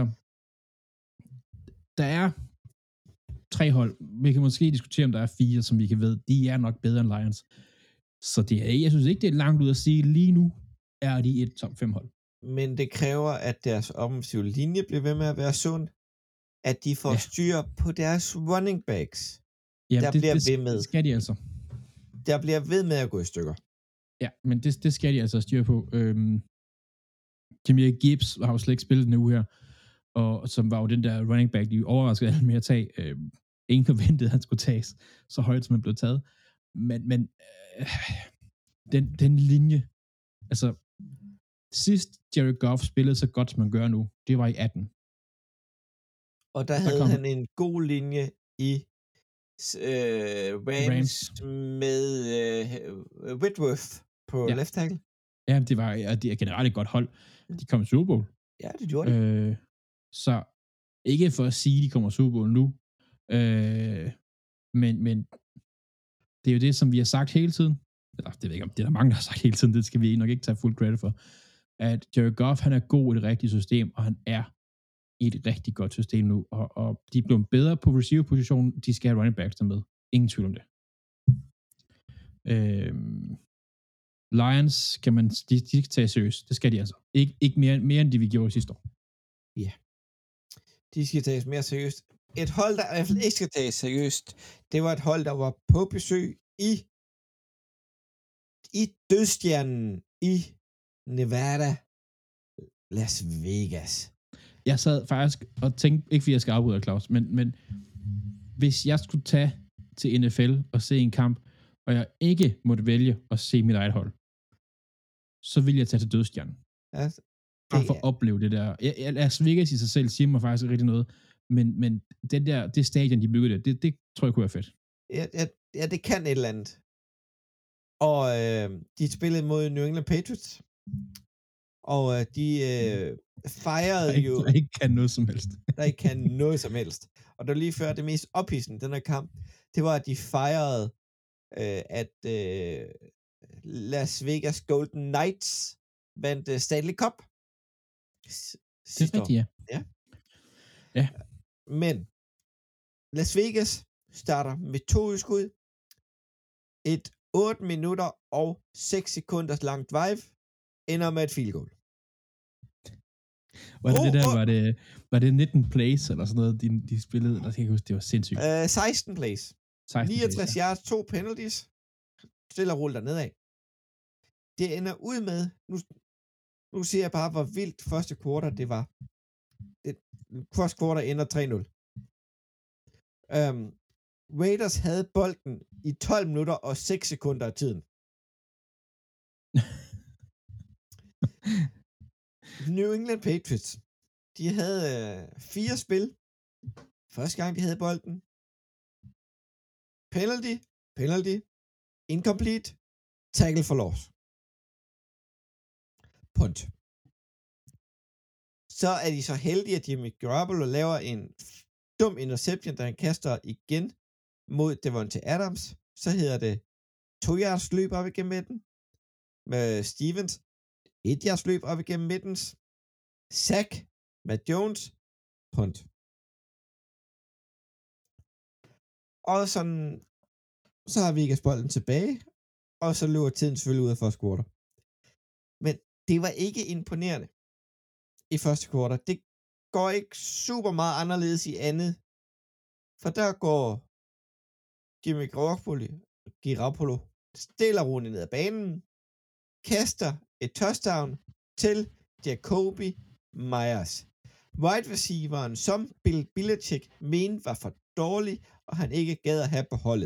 der er tre hold, vi kan måske diskutere, om der er fire, som vi kan ved, de er nok bedre end Lions, så det er, jeg synes ikke, det er langt ud at sige, lige nu er de et top fem hold. Men det kræver, at deres offensive linje bliver ved med at være sund, at de får ja. styr på deres running backs. Ja, der det, bliver det, ved med. det skal de altså. Der bliver ved med at gå i stykker. Ja, men det, det skal de altså styre på. Øhm, Jahmyr Gibbs har jo slet ikke spillet den uge her, og som var jo den der running back, de overraskede alle med at tage. Øhm, ingen forventede, at han skulle tages så højt, som han blev taget. Men, men øh, den, den linje, altså sidst Jared Goff spillede så godt, som man gør nu, det var i atten. Og der, der havde kom... han en god linje i øh, Rams, Rams med øh, Whitworth på ja. left tackle. Ja, det var ja, det er generelt et godt hold. De kom i Super Bowl. Ja, det gjorde de. Øh, så ikke for at sige, at de kommer i Super Bowl nu, øh, men, men det er jo det, som vi har sagt hele tiden. Eller, det ved jeg ikke, om det er der mange, der har sagt hele tiden. Det skal vi nok ikke tage fuld credit for. At Jared Goff, han er god i det rigtige system, og han er i et rigtig godt system nu. Og, og de er blevet bedre på receiver-positionen. De skal have running backs der med. Ingen tvivl om det. Øh, Lions kan man, de, de skal tage seriøst. Det skal de altså. Ik, ikke mere, mere, end de vi gjorde sidste år. Ja. Yeah. De skal tages mere seriøst. Et hold, der i hvert fald ikke skal tages seriøst, det var et hold, der var på besøg i i dødstjernen i Nevada, Las Vegas. Jeg sad faktisk og tænkte, ikke fordi jeg skal afbryde Claus, men, men hvis jeg skulle tage til N F L og se en kamp, og jeg ikke måtte vælge at se mit eget hold, så ville jeg tage til dødstjernen. Ja, bare for at opleve det der. Jeg, jeg, Las Vegas i sig selv siger mig faktisk rigtig noget, men, men det der, det stadion, de byggede der, det, det tror jeg kunne være fedt. Jeg, jeg, ja, det kan et eller andet. Og øh, de spillede mod New England Patriots, og øh, de øh, fejrede der ikke, jo... Der ikke kan noget som helst. der ikke kan noget som helst. Og det var lige før det mest ophidsende, den her kamp, det var, at de fejrede, øh, at øh, Las Vegas Golden Knights vandt uh, Stanley Cup. S- Det er rigtigt, ja. Ja. Ja. Men Las Vegas starter med to udskud, et otte minutter og seks sekunders langt drive, ender med et field goal. Var det Oh, det der, oh. var det, var det nitten plays, eller sådan noget, de, de spillede? Jeg kan ikke huske, det var sindssygt. Uh, seksten plays. seksten niogtres plays, ja. yards, to penalties. Stille og rulle dernede af. Det ender ud med, nu, nu siger jeg bare, hvor vildt første kvartal det var. Det, første kvartal ender tre nul. Um, Raiders havde bolden i tolv minutter og seks sekunder af tiden. New England Patriots, de havde øh, fire spil. Første gang, de havde bolden. Penalty, penalty, incomplete, tackle for loss. Punt. Så er de så heldige, at Jimmy Garoppolo laver en dum interception, da han kaster igen mod Devontae Adams. Så hedder det to yards løb op igennem midten med Stevens. Et yards løb op igennem midten. Sack med Jones. Punt. Og sådan, så har vi ikke bolden tilbage, og så løber tiden selvfølgelig ud af første kvartal. Men det var ikke imponerende i første kvartal. Det går ikke super meget anderledes i andet, for der går Jimmy Garoppolo, Garoppolo stille og roligt ned ad banen, kaster et touchdown til Jacoby Myers. Wide receiveren, som Bill Belichick mente var for dårlig, og han ikke gad at have på holdet.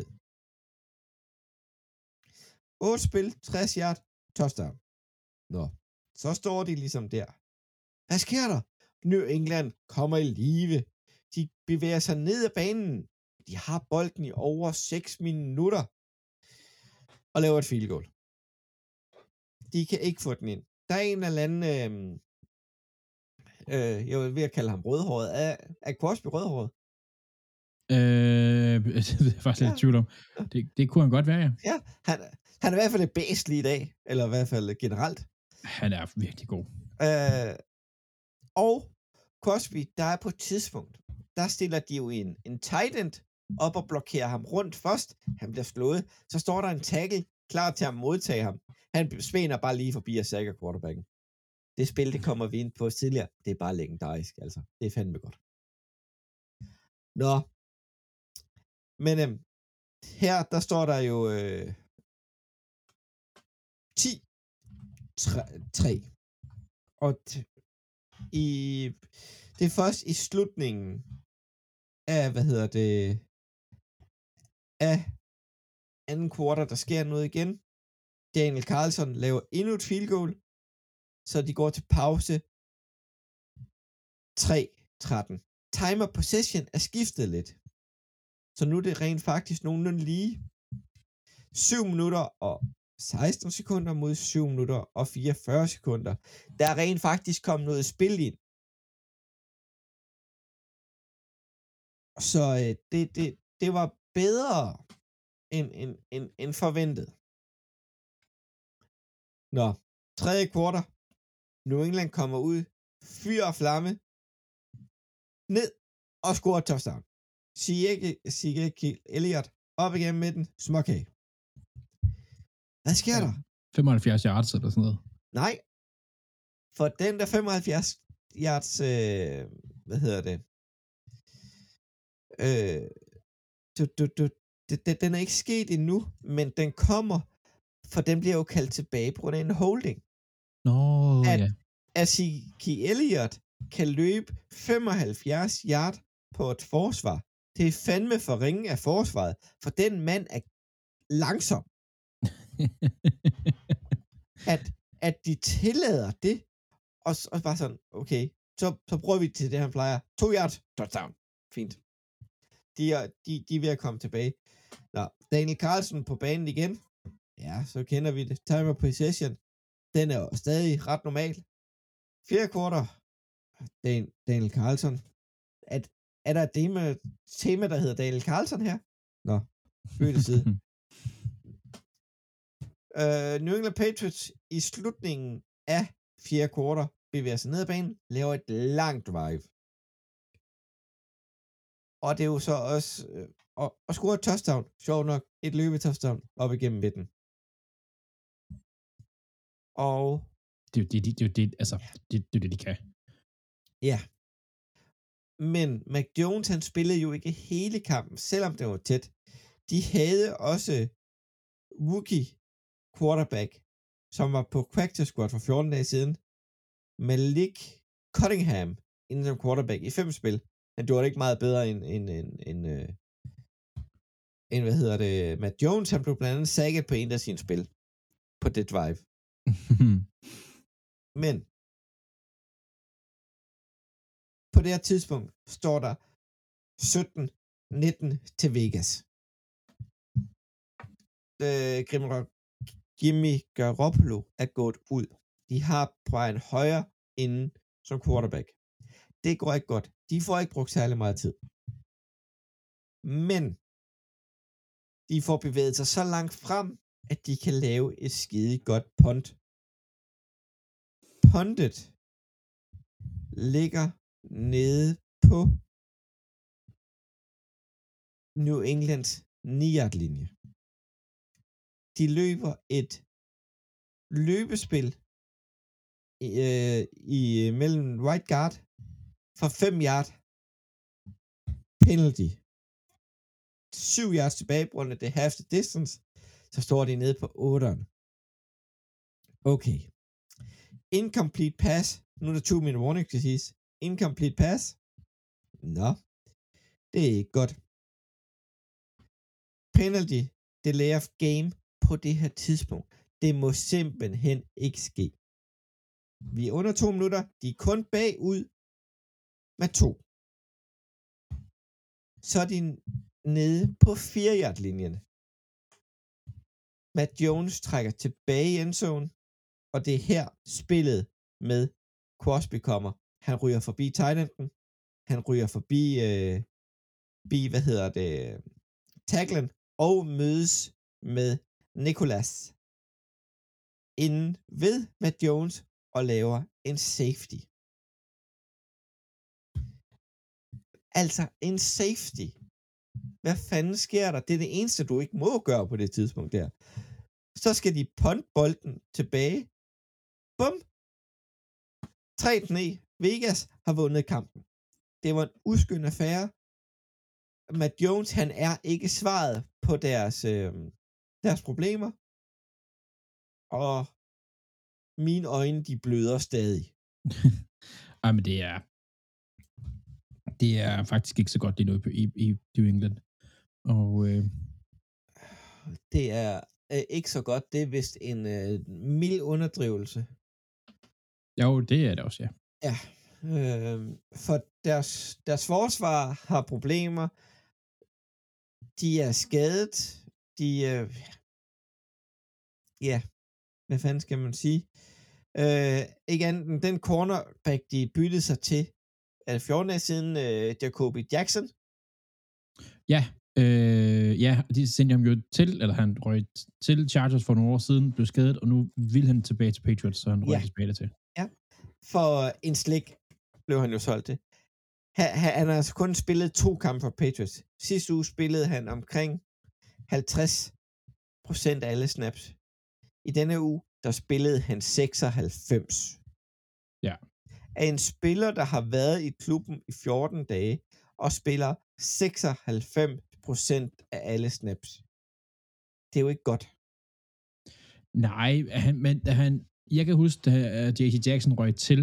otte spil, tres yard, touchdown. Nå, så står de ligesom der. Hvad sker der? New England kommer i live. De bevæger sig ned ad banen. De har bolden i over seks minutter og laver et field goal. De kan ikke få den ind. Der er en eller anden, øh, øh, jeg vil ved at kalde ham rødhåret. Er, er Crosby rødhåret? Øh, det er faktisk lidt Ja. i tvivl om. Det, det kunne han godt være, ja. Ja, han, han er i hvert fald det bedste lige i dag. Eller i hvert fald generelt. Han er virkelig god. Øh, og Crosby, der er på et tidspunkt, der stiller de jo en, en tight end op og blokerer ham rundt først. Han bliver slået. Så står der en tackle klar til at modtage ham. Han spænder bare lige forbi og sækker quarterbacken. Det spil, det kommer vi ind på tidligere. Det er bare legendarisk, altså. Det er fandme godt. Nå. Men øhm, her, der står der jo øh, ti tre. Og t- i, det er først i slutningen af, hvad hedder det, af anden kvartal, der sker noget igen. Daniel Carlson laver endnu et field goal, så de går til pause tre tretten. Time of possession er skiftet lidt. Så nu er det rent faktisk nogenlunde lige. syv minutter og seksten sekunder mod syv minutter og fireogfyrre sekunder. Der er rent faktisk kommet noget spil ind. Så øh, det, det, det var bedre end, end, end, end forventet. Nå, tredje kvartal. New England kommer ud, fyr og flamme, ned og scorer touchdown. Zeke Elliott op igennem midten, småkage. Hvad sker ja. der? femoghalvfjerds yards eller sådan noget. Nej, for den der femoghalvfjerds yards, øh, hvad hedder det? Øh, du, du, du, det, den er ikke sket endnu, men den kommer, for den bliver jo kaldt tilbage på grund af en holding. Nå, at, ja. At Zeke Elliott kan løbe femoghalvfjerds yard på et forsvar. Det er fandme for ringe af forsvaret, for den mand er langsom. at, at de tillader det, og, og bare sådan, okay, så, så bruger vi til det, han plejer. To yard, touchdown. Fint. De er, de, de er ved at komme tilbage. Nå, Daniel Carlson på banen igen. Ja, så kender vi det. Time of possession. Den er jo stadig ret normal. Fjerde kvarter. Dan, Daniel Carlson. Er, er der et tema, tema, der hedder Daniel Carlson her? Nå, bøde side. uh, New England Patriots i slutningen af fjerde kvarter bevæger sig ned ad banen, laver et langt drive. Og det er jo så også øh, og, og score et touchdown. Sjov nok, et løbetouchdown op igennem midten. Og det er jo det, det, det, det, altså, det, det er det, de kan. Ja. Men Mac Jones, han spillede jo ikke hele kampen, selvom det var tæt. De havde også rookie quarterback, som var på practice squad for fjorten dage siden. Malik Cunningham, inden som quarterback i fem spil. Han gjorde det ikke meget bedre end, end, end, end, øh, end hvad hedder det, Matt Jones. Han blev blandt andet sacket på en af sine spil. På det drive. Men på det her tidspunkt står der sytten nitten til Vegas. Øh, Jimmy Garoppolo er gået ud. De har Brian Hoyer inde som quarterback. Det går ikke godt. De får ikke brugt særlig meget tid. Men de får bevæget sig så langt frem, at de kan lave et skide godt punt. Puntet ligger nede på New Englands ni-yard linje. De løber et løbespil øh, i mellem right guard for fem yard. Penalty. syv yards tilbage på grund af det half the distance, så står de nede på otteren. Okay. Incomplete pass. Nu er der to minute warning, skal siges. Incomplete pass. Nå. Det er ikke godt. Penalty. Delay of game på det her tidspunkt. Det må simpelthen ikke ske. Vi er under to minutter. De er kun bagud med to. Så er de nede på fire yard linjen. Matt Jones trækker tilbage i endzone, og det er her spillet med Crosby kommer. Han ryger forbi tight enden. Han ryger forbi, øh, bi, hvad hedder det, tacklen, og mødes med Nicholas inden ved Matt Jones og laver en safety. Altså en safety. Hvad fanden sker der? Det er det eneste, du ikke må gøre på det tidspunkt der. Så skal de punt bolden tilbage. Bum! tre nul. Vegas har vundet kampen. Det var en uskøn affære. Matt Jones, han er ikke svaret på deres, øh, deres problemer. Og mine øjne, de bløder stadig. Ej, men det er det er faktisk ikke så godt lige nu i, i New England. Og øh... det er øh, ikke så godt. Det er vist en øh, mild underdrivelse. Jo, det er det også, ja. Ja. Øh, for deres, deres forsvar har problemer. De er skadet. De øh, ja, hvad fanden skal man sige? Øh, ikke andet end den cornerback, de byttede sig til, er det fjorten dage siden, øh, Jacoby Jackson? Ja, øh, ja, de sendte ham jo til, eller han røg til Chargers for nogle år siden, blev skadet, og nu vil han tilbage til Patriots, så han røg ja. tilbage til. Ja, for en slik blev han jo solgt til. Han, han har altså kun spillet to kampe for Patriots. Sidste uge spillede han omkring halvtreds procent af alle snaps. I denne uge, der spillede han seksoghalvfems. Ja. Af en spiller, der har været i klubben i fjorten dage, og spiller seksoghalvfems procent af alle snaps. Det er jo ikke godt. Nej, han, men han, jeg kan huske, da J C Jackson røg til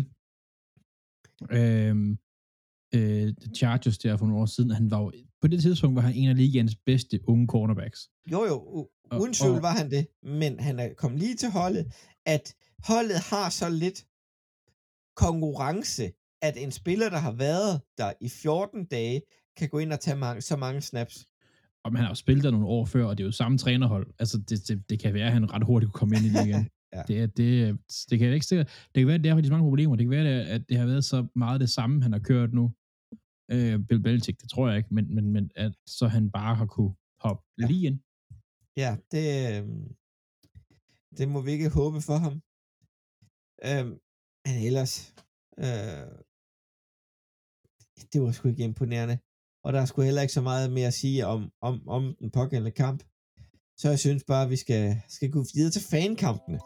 øhm, øh, Chargers der for nogle år siden, han var jo, på det tidspunkt var han en af ligaens bedste unge cornerbacks. Jo jo, uden tvivl var han det, men han er kommet lige til holdet, at holdet har så lidt konkurrence, at en spiller, der har været der i fjorten dage, kan gå ind og tage mange, så mange snaps. og man har jo spillet der nogle år før, og det er jo samme trænerhold. Altså, det, det, det kan være, at han ret hurtigt kunne komme ind i det igen. Ja. Det, er- det, er- det kan ikke sikkert. Det kan være, at det har faktisk mange problemer. Det kan være, at det har været så meget det samme, han har kørt nu. Øh, Bill Belichick, det tror jeg ikke, men, men, men at så han bare har kunne hoppe Ja. lige ind. Ja, det, øh, det må vi ikke håbe for ham. Øh, men ellers, øh, det var sgu ikke imponerende. Og der er sgu heller ikke så meget mere at sige om, om, om den pågældende kamp. Så jeg synes bare, at vi skal, skal gå videre til fankampene.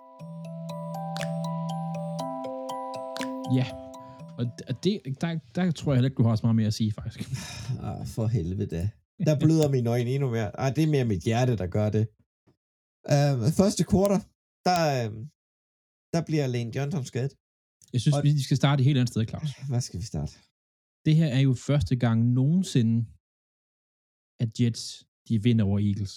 Ja, og det, der, der tror jeg heller ikke, du har så meget mere at sige, faktisk. Ah, for helvede da. Der bløder mine øjne endnu mere. Ah, det er mere mit hjerte, der gør det. Uh, første quarter, der, uh, der bliver Lane Johnson skadet. Jeg synes, Og- vi skal starte et helt andet sted, Claus. Hvad skal vi starte? Det her er jo første gang nogensinde, at Jets, de vinder over Eagles.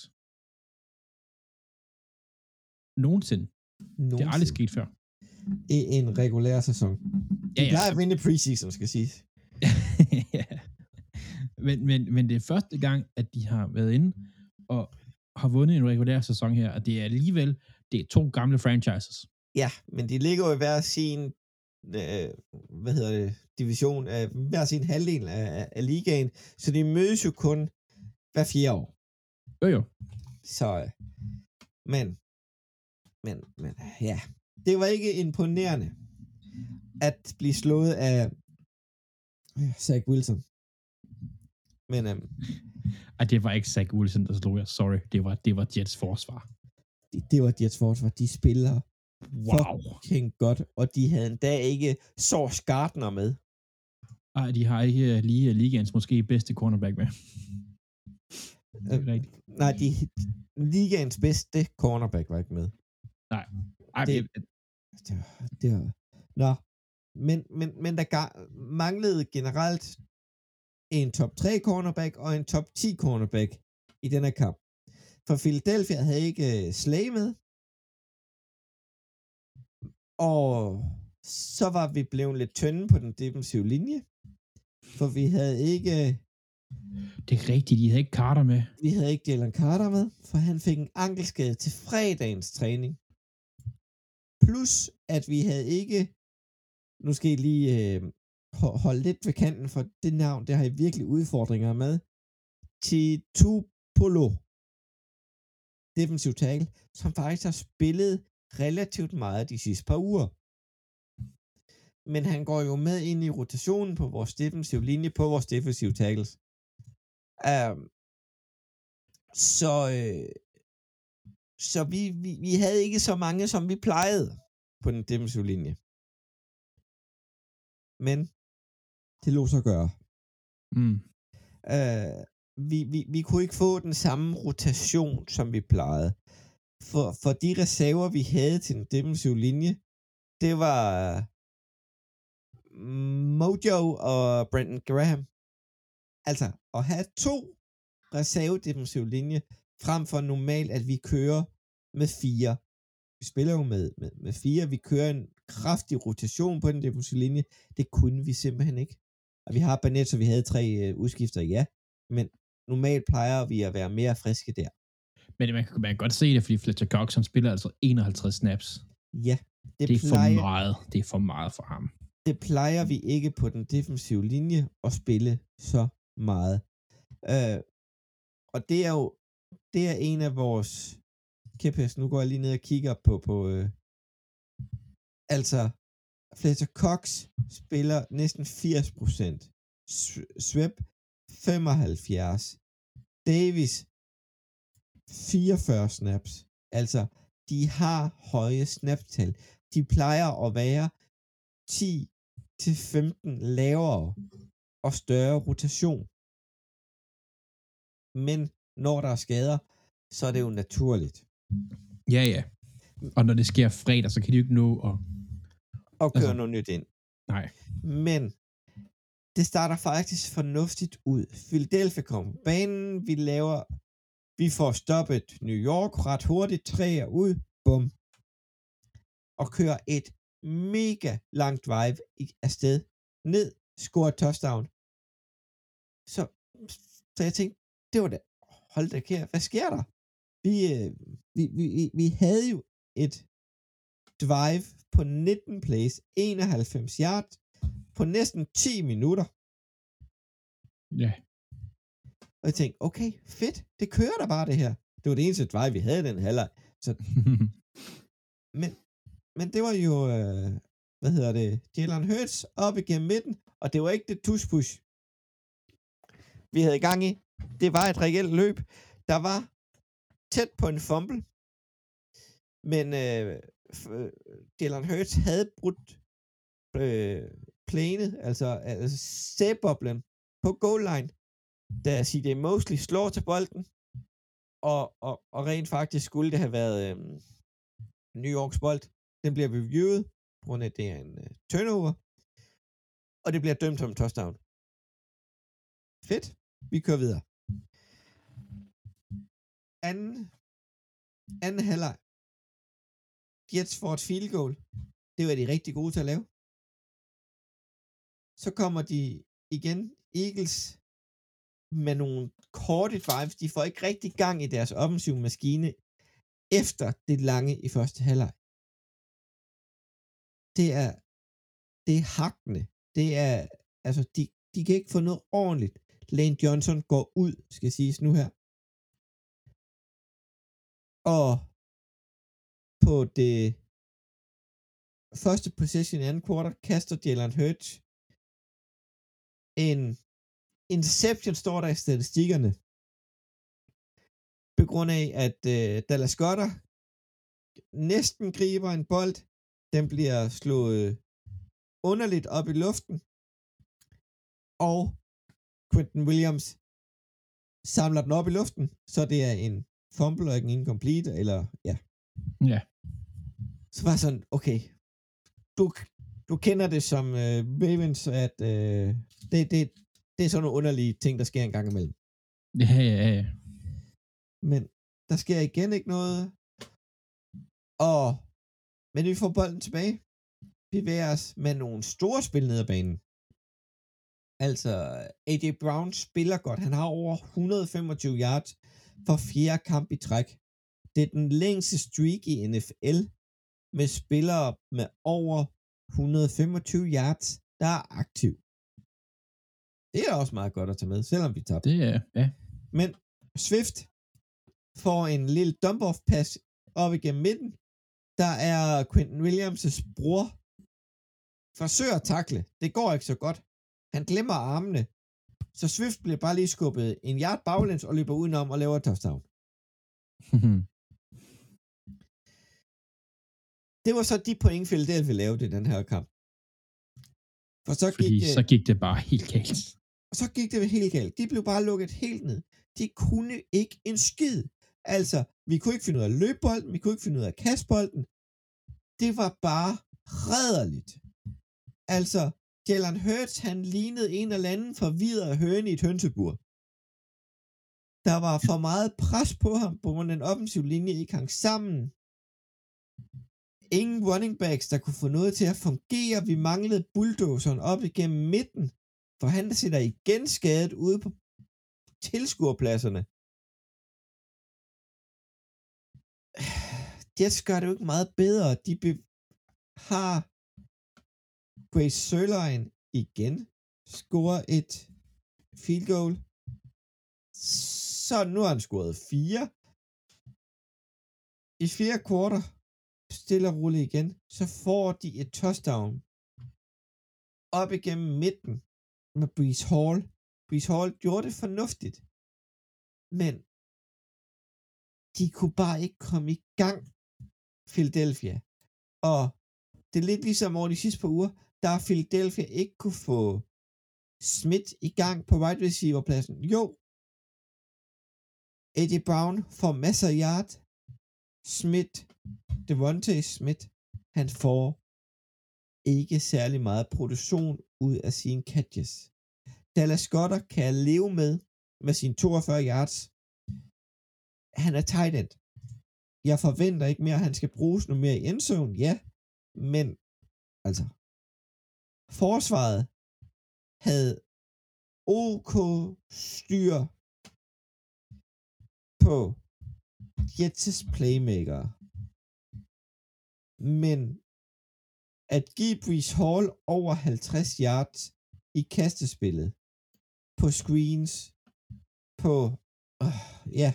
Nogensinde. Det er aldrig sket før. I en regulær sæson. Ja, De plejer at vinde preseason, skal siges. ja. Men, men, men det er første gang, at de har været inde og har vundet en regulær sæson her, og det er alligevel, det er to gamle franchises. Ja, men de ligger jo i hver sin øh, hvad hedder det, division, af hver sin halvdel af, af, af ligaen, så de mødes jo kun hver fjerde år. Jo jo. Så, øh, men, men, men, ja, det var ikke imponerende at blive slået af øh, Zach Wilson. Men, øhm, Ej, det var ikke Zach Wilson, der slog jeg. Sorry. Det var, det var Jets forsvar. det, det var Jets forsvar. De spiller Wow. fucking godt, og de havde endda ikke Sauce Gardner med. Ej, de har ikke øh, lige uh, ligaens måske bedste cornerback med. Det er rigtigt. Nej, de, ligaens bedste cornerback var ikke med. Nej. Ej, Det- det, Det var, det var. Nå, men, men, men der ga- manglede generelt en top tre cornerback og en top ti cornerback i denne kamp. For Philadelphia havde ikke øh, Slay med, og så var vi blevet lidt tynde på den defensive linje, for vi havde ikke det er rigtigt. De havde ikke Carter med. vi havde ikke Jalen Carter med, for han fik en ankelskade til fredagens træning. Plus, at vi havde ikke, nu skal I lige øh, ho- holde lidt ved kanten, for det navn, det har I virkelig udfordringer med, Titupolo, defensive tackle, som faktisk har spillet relativt meget de sidste par uger. Men han går jo med ind i rotationen på vores defensive linje, på vores defensive tackles. Um, så øh, så vi, vi, vi havde ikke så mange, som vi plejede på den defensive linje. Men det lå sig gøre. Mm. Uh, vi, vi, vi kunne ikke få den samme rotation, som vi plejede. For, for de reserver, vi havde til den defensive linje, det var Mojo og Brendan Graham. Altså, at have to reserve defensive linje, frem for normalt, at vi kører med fire. Vi spiller jo med, med, med fire, vi kører en kraftig rotation på den defensive linje. Det kunne vi simpelthen ikke. Og vi har Barnett, så vi havde tre øh, udskifter, ja. Men normalt plejer vi at være mere friske der. Men man kan, man kan godt se det, fordi Fletcher Cox, han spiller altså enoghalvtreds snaps. Ja, det, Det er plejer, for meget. Det er for meget for ham. det plejer vi ikke på den defensive linje at spille så meget. Øh, og det er jo det er en af vores kæphest. Nu går jeg lige ned og kigger på, på øh, altså Fletcher Cox spiller næsten firs procent. Swep femoghalvfjerds. Davis fireogfyrre snaps. Altså, de har høje snaptal. De plejer at være ti til femten lavere og større rotation. Men når der er skader, så er det jo naturligt. Ja, ja. Og når det sker fredag, så kan de jo ikke nå at... Og køre Altså- noget nyt ind. Nej. Men det starter faktisk fornuftigt ud. Philadelphia kommer på banen, vi laver, vi får stoppet New York ret hurtigt, træer ud, bum. Og kører et mega langt drive i- afsted, ned, scorer et touchdown. Så, så jeg tænkte, det var det. hold da kære, hvad sker der? Vi, øh, vi, vi, vi, vi havde jo et drive på nitten plays, enoghalvfems yards, på næsten ti minutter. Ja. Og jeg tænkte, okay, fedt, det kører der bare det her. Det var det eneste drive, vi havde i den halvleg. Så men, men det var jo, øh, hvad hedder det, Jalen Hurts op igennem midten, og det var ikke det tush-push, vi havde i gang i. Det var et reelt løb. Der var tæt på en fumble, men øh, f- Jalen Hurts havde brudt øh, plænet, altså, altså sæboblen på goal line, da C J Mosley slår til bolden, og, og, og rent faktisk skulle det have været øh, New Yorks bold. Den bliver reviewet, på grund af, at det er en uh, turnover, og det bliver dømt som en touchdown. Fedt. Vi kører videre. Anden, anden halvleg. Jets får et field goal. Det var de rigtig gode til at lave. Så kommer de igen, Eagles, med nogle korte drives. De får ikke rigtig gang i deres offensive maskine efter det lange i første halvleg. Det er det er hakkende. Det er, altså, de, de kan ikke få noget ordentligt. Lane Johnson går ud, skal siges nu her. Og på det første possession i anden quarter, kaster Jalen Hurts en interception, står der i statistikkerne, på grund af, at uh, Dallas Goedert næsten griber en bold. Den bliver slået underligt op i luften, og Quentin Williams samler den op i luften, så det er en fumble og ikke en incomplete, eller ja. Ja. Så var sådan, okay, du, du kender det som øh, Ravens, at øh, det, det, det er sådan nogle underlige ting, der sker en gang imellem. Ja, ja, ja. Men der sker igen ikke noget, og men vi får bolden tilbage, bevæger os med nogle store spil ned ad banen. Altså, A J Brown spiller godt. Han har over et hundrede og femogtyve yards for fjerde kamp i træk. Det er den længste streak i N F L med spillere med over et hundrede og femogtyve yards, der er aktiv. Det er også meget godt at tage med, selvom vi tabte. Det er, ja. Men Swift får en lille dump-off pass op igennem midten. Der er Quentin Williams' bror. Forsøger at takle. Det går ikke så godt. Han glemmer armene. Så Swift bliver bare lige skubbet en yard baglæns og løber udenom og laver et touchdown. Det var så de point, Philadelphia lavede i den her kamp. For så Fordi gik, det, så gik det bare helt galt. Og så gik det helt galt. De blev bare lukket helt ned. De kunne ikke en skid. Altså, vi kunne ikke finde ud af at løbe bolden, vi kunne ikke finde ud af at kaste bolden. Det var bare rædderligt. Altså, Jalen Hurts, han lignede en eller anden forvirret høne i et hønsebur. Der var for meget pres på ham, på grund af den offensive linje ikke hang sammen. Ingen running backs, der kunne få noget til at fungere. Vi manglede bulldozeren op igennem midten, for han sidder igen skadet ude på tilskuerpladserne. Jets gør det jo ikke meget bedre. De be- har Grace Sørlein igen scorer et field goal. Så nu har han scoret fire. I fire kvarter, stille og roligt igen, så får de et touchdown op igennem midten med Breece Hall. Breece Hall gjorde det fornuftigt, men de kunne bare ikke komme i gang, Philadelphia. Og det er lidt ligesom over de sidste par uger, der Philadelphia ikke kunne få Smith i gang på wide receiver pladsen. Jo, A J Brown får masser af yard. Smith, Devontae Smith, han får ikke særlig meget produktion ud af sine catches. Dallas Goedert kan jeg leve med med sine toogfyrre yards. Han er tight end. Jeg forventer ikke mere, at han skal bruges noget mere i endzone, ja, men altså, forsvaret havde OK styr på Jets' playmaker. Men at give Breece Hall over halvtreds yards i kastespillet, på screens, på, øh, ja,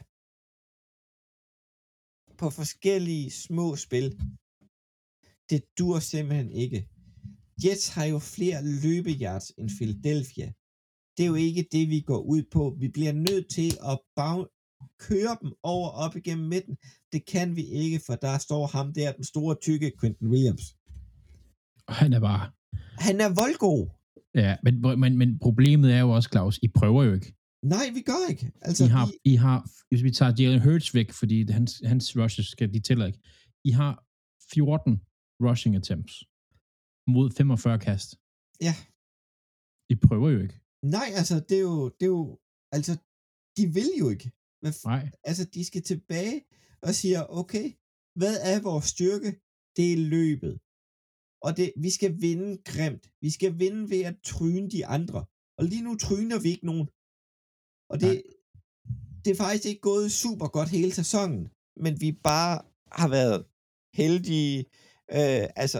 på forskellige små spil, det dur simpelthen ikke. Jets har jo flere løbeyards end Philadelphia. Det er jo ikke det, vi går ud på. Vi bliver nødt til at bag- køre dem over op igennem midten. Det kan vi ikke, for der står ham der, den store tykke Quentin Williams. Han er bare... Han er voldgod. Ja, men, men, men problemet er jo også, Claus, I prøver jo ikke. Nej, vi gør ikke. Altså, I har, vi... I har, hvis vi tager Jalen Hurts væk, fordi hans, hans rushes, skal, de tæller ikke. I har fjorten rushing attempts mod femogfyrre kast. Ja. I prøver jo ikke. Nej, altså, det er jo, det er jo, altså, de vil jo ikke. Men, Nej. Altså, de skal tilbage og siger, okay, hvad er vores styrke? Det er løbet. Og det, vi skal vinde grimt. Vi skal vinde ved at tryne de andre. Og lige nu tryner vi ikke nogen. Og det, det er faktisk ikke gået super godt hele sæsonen. Men vi bare har været heldige. Øh, altså,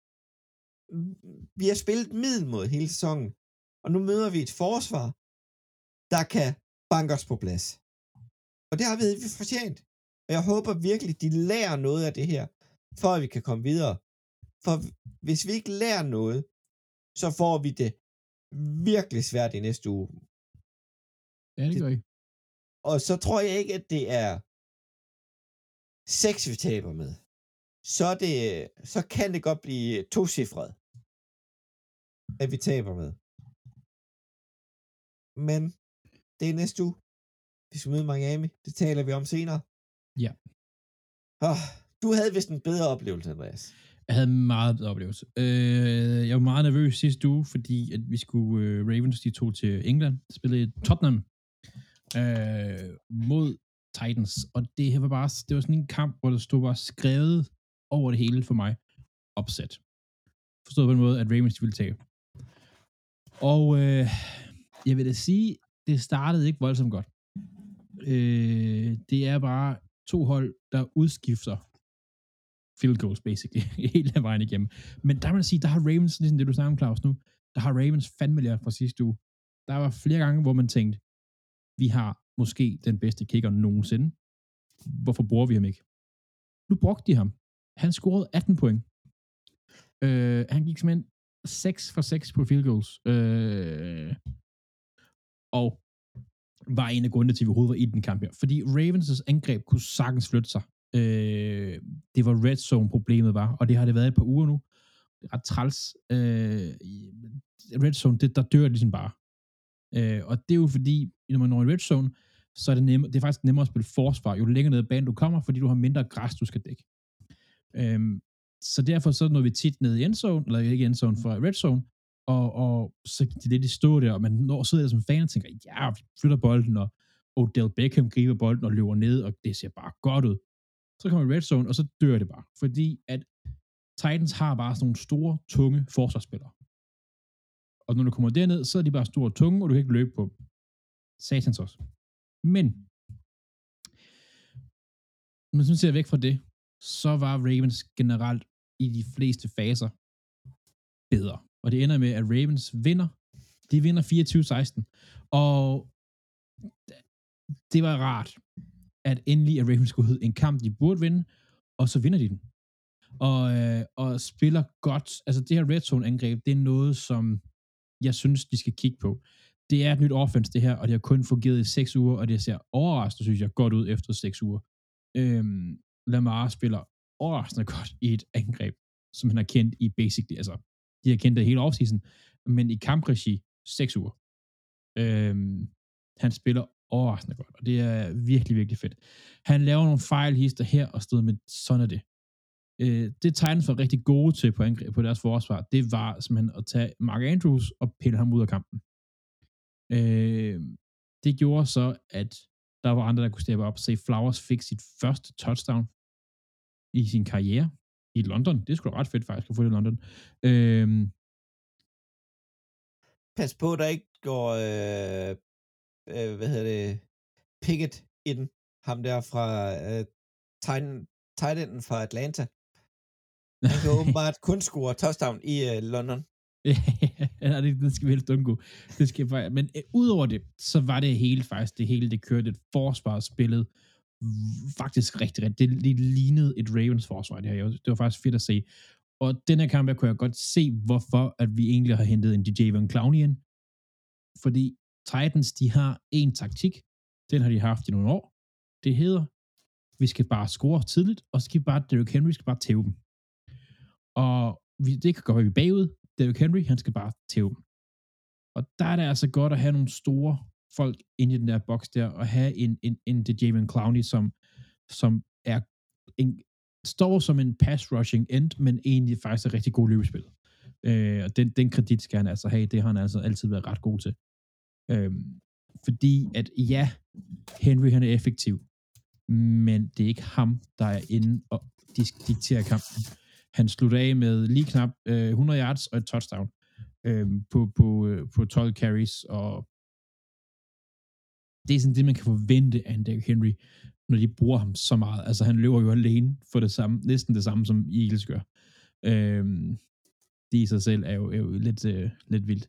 vi har spillet middelmåd hele sæsonen. Og nu møder vi et forsvar, der kan banke os på plads. Og det har vi fortjent. Og jeg håber virkelig, de lærer noget af det her, for at vi kan komme videre. For hvis vi ikke lærer noget, så får vi det virkelig svært i næste uge. Ja, det gør I. Og så tror jeg ikke, at det er seks, vi taber med. Så, er det, så kan det godt blive tocifret, at vi taber med. Men det er næste uge. Vi skal møde Miami. Det taler vi om senere. Ja. Oh, du havde vist en bedre oplevelse, Andreas. Jeg havde en meget bedre oplevelse. Øh, jeg var meget nervøs sidste uge, fordi at vi skulle, øh, Ravens, de tog til England, spillede Tottenham øh, mod Titans, og det her var bare, det var sådan en kamp, hvor der stod bare skrevet over det hele for mig, opsat. Forstået på en måde, at Ravens ville tage. Og øh, jeg vil da sige, det startede ikke voldsomt godt. Øh, det er bare to hold, der udskifter field goals, basically, hele vejen igennem. Men der må man sige, der har Ravens, ligesom det du snakker om, Claus, nu, der har Ravens fandme lært fra sidste uge. Der var flere gange, hvor man tænkte, vi har måske den bedste kicker nogensinde. Hvorfor bruger vi ham ikke? Nu brugte de ham. Han scorede atten point. Øh, han gik simpelthen seks for seks på field goals. Øh, og var en af grundene til, at vi overhovedet var i den kamp her. Fordi Ravens' angreb kunne sagtens flytte sig. Øh, det var red zone problemet var, og det har det været et par uger nu. Det er ret træls. Øh, red zone, det, der dør det ligesom bare. Øh, og det er jo fordi, når man når i red zone, så er det, nemmere, det er faktisk nemmere at spille forsvar, jo længere ned ad banen du kommer, fordi du har mindre græs, du skal dække. Øh, så derfor så når vi tit ned i endzone, eller ikke endzone, for red zone, og, og så det er det, de står der, og man når sidder der som fan og tænker, ja, vi flytter bolden, og Odell Beckham griber bolden og løber ned, og det ser bare godt ud. Så kommer red zone, og så dør det bare. Fordi at Titans har bare sådan nogle store, tunge forsvarsspillere. Og når du kommer derned, så er de bare store og tunge, og du kan ikke løbe på dem. Satans også. Men, når man ser væk fra det, så var Ravens generelt i de fleste faser bedre. Og det ender med, at Ravens vinder. De vinder fireogtyve seksten. Og det var rart, at endelig er Ravens gået ud en kamp, de burde vinde, og så vinder de den. Og, øh, og spiller godt. Altså det her red zone angreb, det er noget, som jeg synes, de skal kigge på. Det er et nyt offense, det her, og det har kun fungeret i seks uger, og det ser overraskende, synes jeg, godt ud efter seks uger. Øhm, Lamar spiller overraskende godt i et angreb, som han har kendt i basically, altså, de har kendt det hele offseason, men i kampregi, seks uger. Øhm, han spiller overraskende godt, og det er virkelig, virkelig fedt. Han laver nogle fejlhister her og sted, men sådan er det. Øh, det Titans var rigtig gode til på, angreb, på deres forsvar, det var simpelthen at tage Mark Andrews og pille ham ud af kampen. Øh, det gjorde så, at der var andre, der kunne steppe op. Zay Flowers fik sit første touchdown i sin karriere i London. Det er sgu da ret fedt faktisk at få det i London. Øh, Pas på, der ikke går øh, øh, hvad hedder det, Pickett i den. ham der fra øh, tight enden fra Atlanta. Han kan åbenbart kun score touchdown i øh, London. Ja, det, det skal vi helst undgå. Det skal faktisk, men øh, udover det, så var det hele faktisk, det hele, det kørte et forsvarsspillet faktisk rigtig, rigtig, det, det lignede et Ravens forsvar, det her. Det var faktisk fedt at se. Og den her kamp, kunne jeg godt se, hvorfor at vi egentlig har hentet en D J Van Clowney ind. Fordi Titans, de har en taktik, den har de haft i nogle år. Det hedder, vi skal bare score tidligt, og så skal vi bare, Derrick Henry skal bare tæve dem. Og vi, det kan godt være, vi er bagud. Derrick Henry, han skal bare tæve dem. Og der er det altså godt at have nogle store folk inde i den der boks der, og have en, en, en D J Van Clowney, som, som er en, står som en pass rushing end, men egentlig faktisk er rigtig god løbespil. Øh, og den, den kredit skal han altså have, det har han altså altid været ret god til. Øh, fordi at ja, Henry han er effektiv, men det er ikke ham, der er inde og dikterer kampen. Han slutter af med lige knap øh, hundrede yards og et touchdown øh, på, på, øh, på tolv carries, og det er sådan det, man kan forvente af en Derrick Henry, når de bruger ham så meget. Altså, han løber jo alene for det samme, næsten det samme, som Eagles gør. Øh, det i sig selv er jo, er jo lidt, øh, lidt vildt.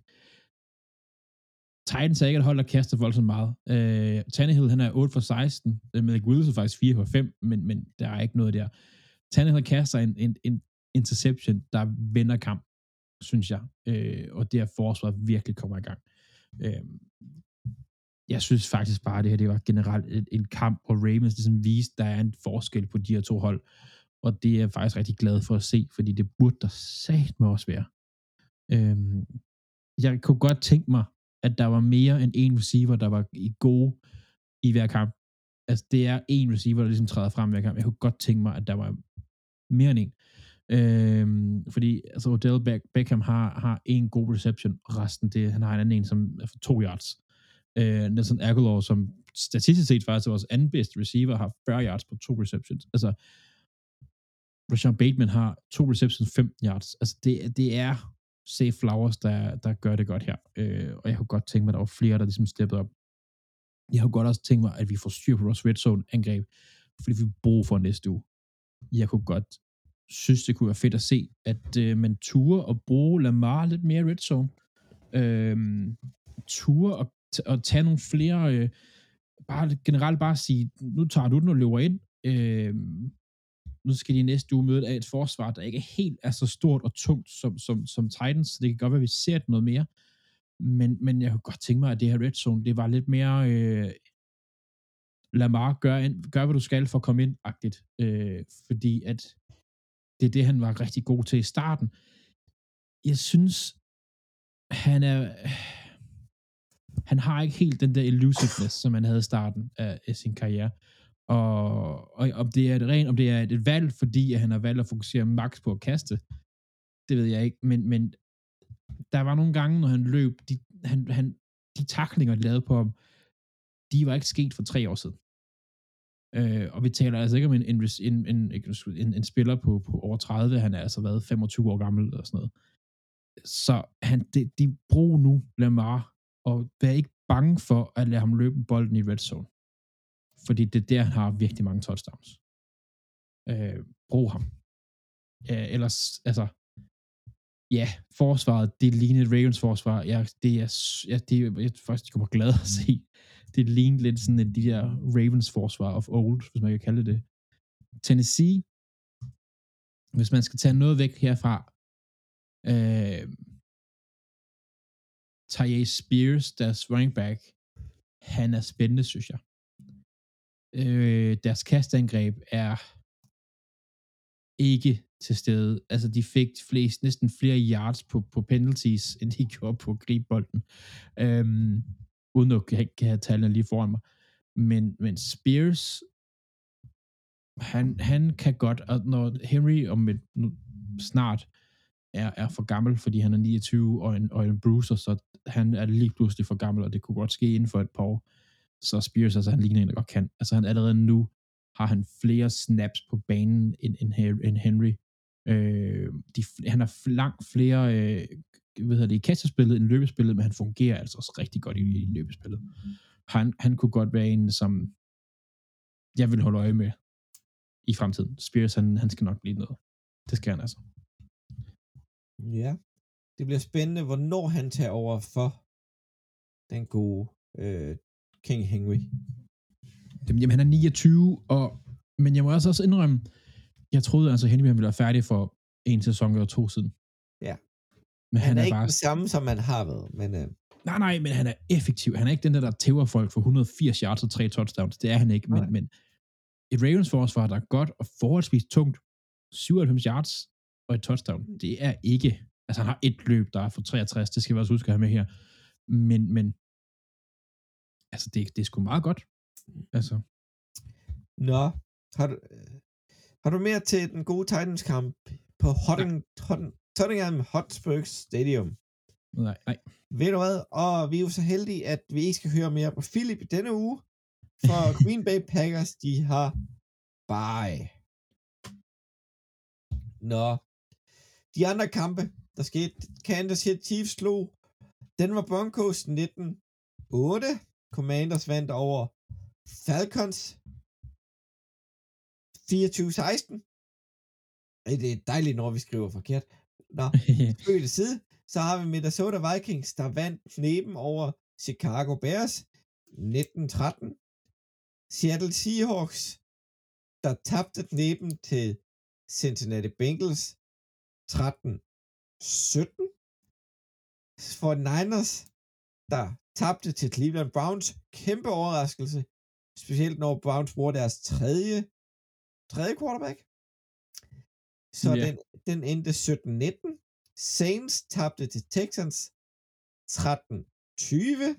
Titans er ikke et hold, der kaster voldsomt meget. Øh, Tannehill, han er otte for seksten, med Wilson faktisk fire for fem, men, men der er ikke noget der. Tannehill kaster en, en, en interception, der vender kamp, synes jeg. Øh, og det er forsvaret virkelig kommer i gang. Øh, jeg synes faktisk bare, at det her det var generelt et, en kamp, hvor Ravens ligesom viste, der er en forskel på de her to hold. Og det er jeg faktisk rigtig glad for at se, fordi det burde der satme også være. Øh, jeg kunne godt tænke mig, at der var mere end en receiver, der var gode i hver kamp. Altså, det er en receiver, der ligesom træder frem hver kamp. Jeg kunne godt tænke mig, at der var mere end en. Øhm, fordi altså, Odell Beckham har, har en god reception, resten, det, han har en anden en, som er for to yards. Øh, Nelson Aguilar, som statistisk set faktisk er vores anden bedste receiver, har fyrre yards på to receptions. Altså, Rashad Bateman har to receptions, femten yards. Altså, det, det er Zay Flowers, der, der gør det godt her. Øh, og jeg kunne godt tænke mig, at der var flere, der ligesom steppede op. Jeg kunne godt også tænke mig, at vi får styr på vores red zone angreb, fordi vi bruger for næste uge. Jeg kunne godt synes, det kunne være fedt at se, at øh, man turer og bruge Lamar lidt mere red zone. Øh, turer og, og tage nogle flere, øh, bare generelt bare sige, nu tager du den og løber ind. Øh, nu skal de næste uge møde af et forsvar, der ikke helt er så stort og tungt som, som, som Titans, så det kan godt være, at vi ser det noget mere. Men, men jeg kunne godt tænke mig, at det her red zone, det var lidt mere øh, Lamar, gør, gør hvad du skal for at komme ind-agtigt. Øh, fordi at det er det, han var rigtig god til i starten. Jeg synes, han er... Han har ikke helt den der elusiveness, som han havde i starten af, af sin karriere. Og, og om det er et rent, om det er et valg, fordi at han har valgt at fokusere max på at kaste, det ved jeg ikke. Men, men der var nogle gange, når han løb, de, han, han, de taklinger, de lavede på ham, de var ikke sket for tre år siden. Øh, og vi taler altså ikke om en, en, en, en, en, en spiller på, på over tredive, han er altså været femogtyve år gammel eller sådan noget. Så han, de, de brug nu Lamar, og vær ikke bange for at lade ham løbe bolden i red zone. Fordi det er der, han har virkelig mange touchdowns. Øh, brug ham. Øh, ellers, altså, ja, forsvaret, det ligner et Ravens forsvar. Ja, det er, ja, det er jeg først, jeg kommer glad at se. Det ligner lidt sådan et de der Ravens forsvar of old, hvis man kan kalde det. Tennessee, hvis man skal tage noget væk herfra, øh, Tyjae Spears, deres running back, han er spændende, synes jeg. Øh, deres kastangreb er ikke til stede. Altså, de fik flest, næsten flere yards på, på penalties, end de gjorde på gribbolden. Øhm, uden at jeg kan have tallene lige foran mig. Men, men Spears, han, han kan godt, og når Henry om et, nu, snart er, er for gammel, fordi han er niogtyve og en, og en bruiser, så han er lige pludselig for gammel, og det kunne godt ske inden for et par år. Så Spears, altså han ligner en, der godt kan. Altså han allerede nu har han flere snaps på banen end, end Henry. Øh, de, han har langt flere øh, hvad hedder det, i kastespillet end løbespillet, men han fungerer altså også rigtig godt i, i løbespillet. Han, han kunne godt være en, som jeg vil holde øje med i fremtiden. Spears, han, han skal nok blive noget. Det skal han altså. Ja. Det bliver spændende, hvornår han tager over for den gode øh, King Henry. Jamen, han er niogtyve, og, men jeg må også, også indrømme, jeg troede altså, Henry han ville være færdig for en sæson eller to siden. Ja. Men han, han er, er ikke bare... den samme, som man har været. Men, øh... Nej, nej, men han er effektiv. Han er ikke den der, der tæver folk for et hundrede og firs yards og tre touchdowns. Det er han ikke, men, men et Ravens forsvar, der er godt og forholdsvis tungt, syvoghalvfems yards og et touchdown, det er ikke... Altså, han har et løb, der er for treogtres, det skal vi også huske at have med her. Men, men altså, det, det er sgu meget godt. Altså. Nå, har du, har du mere til den gode Titans-kamp på Hotting, Hotting, Tottenham Hotspur Stadium? Nej, nej. Ved du hvad? Og vi er jo så heldige, at vi ikke skal høre mere på Philip denne uge, for Green Bay Packers, de har bye. Nå. De andre kampe, der skete, Kansas City Chiefs slog Denver Broncos nitten otte. Commanders vandt over Falcons fireogtyve seksten. Det er dejligt, når vi skriver forkert. Nå, spøg til side. Så har vi Minnesota Vikings, der vandt knepen over Chicago Bears nitten tretten. Seattle Seahawks, der tabte knepen til Cincinnati Bengals tretten sytten. For Niners, der tabte til Cleveland Browns. Kæmpe overraskelse. Specielt når Browns bruger deres tredje, tredje quarterback. Så yeah. den, den endte sytten nitten. Saints tabte til Texans tretten tyve.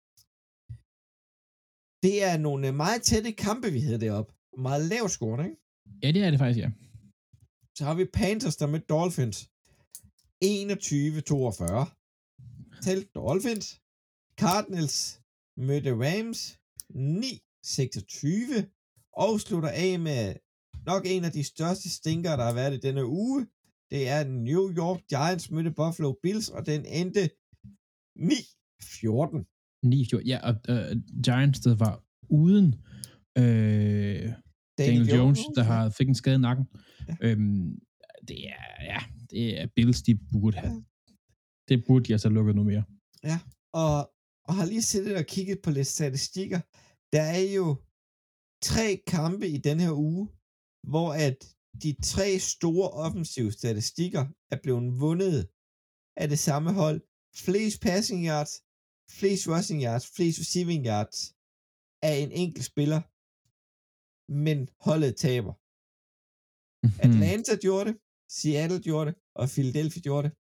Det er nogle meget tætte kampe, vi havde deroppe. Meget lav score, ikke? Ja, det er det faktisk, ja. Så har vi Panthers, der med Dolphins enogtyve toogfyrre. Til Dolphins. Cardinals mødte Rams ni seksogtyve. Og slutter af med nok en af de største stinker, der har været i denne uge. Det er New York Giants mødte Buffalo Bills, og den endte ni fjorten. ni fjorten, ja, og uh, Giants, der var uden øh, Daniel, Daniel Jones, Jones, der har fik en skade i nakken. Ja. Øhm, det er, ja, det er Bills, de burde have. Ja. Det burde de altså lukke nu mere. Ja, og, og har lige siddet og kigget på lidt statistikker. Der er jo tre kampe i den her uge, hvor at de tre store offensive statistikker er blevet vundet af det samme hold. Flest passing yards, flest rushing yards, flest receiving yards af en enkelt spiller, men holdet taber. Mm-hmm. Atlanta gjorde det, Seattle gjorde det, og Philadelphia gjorde det.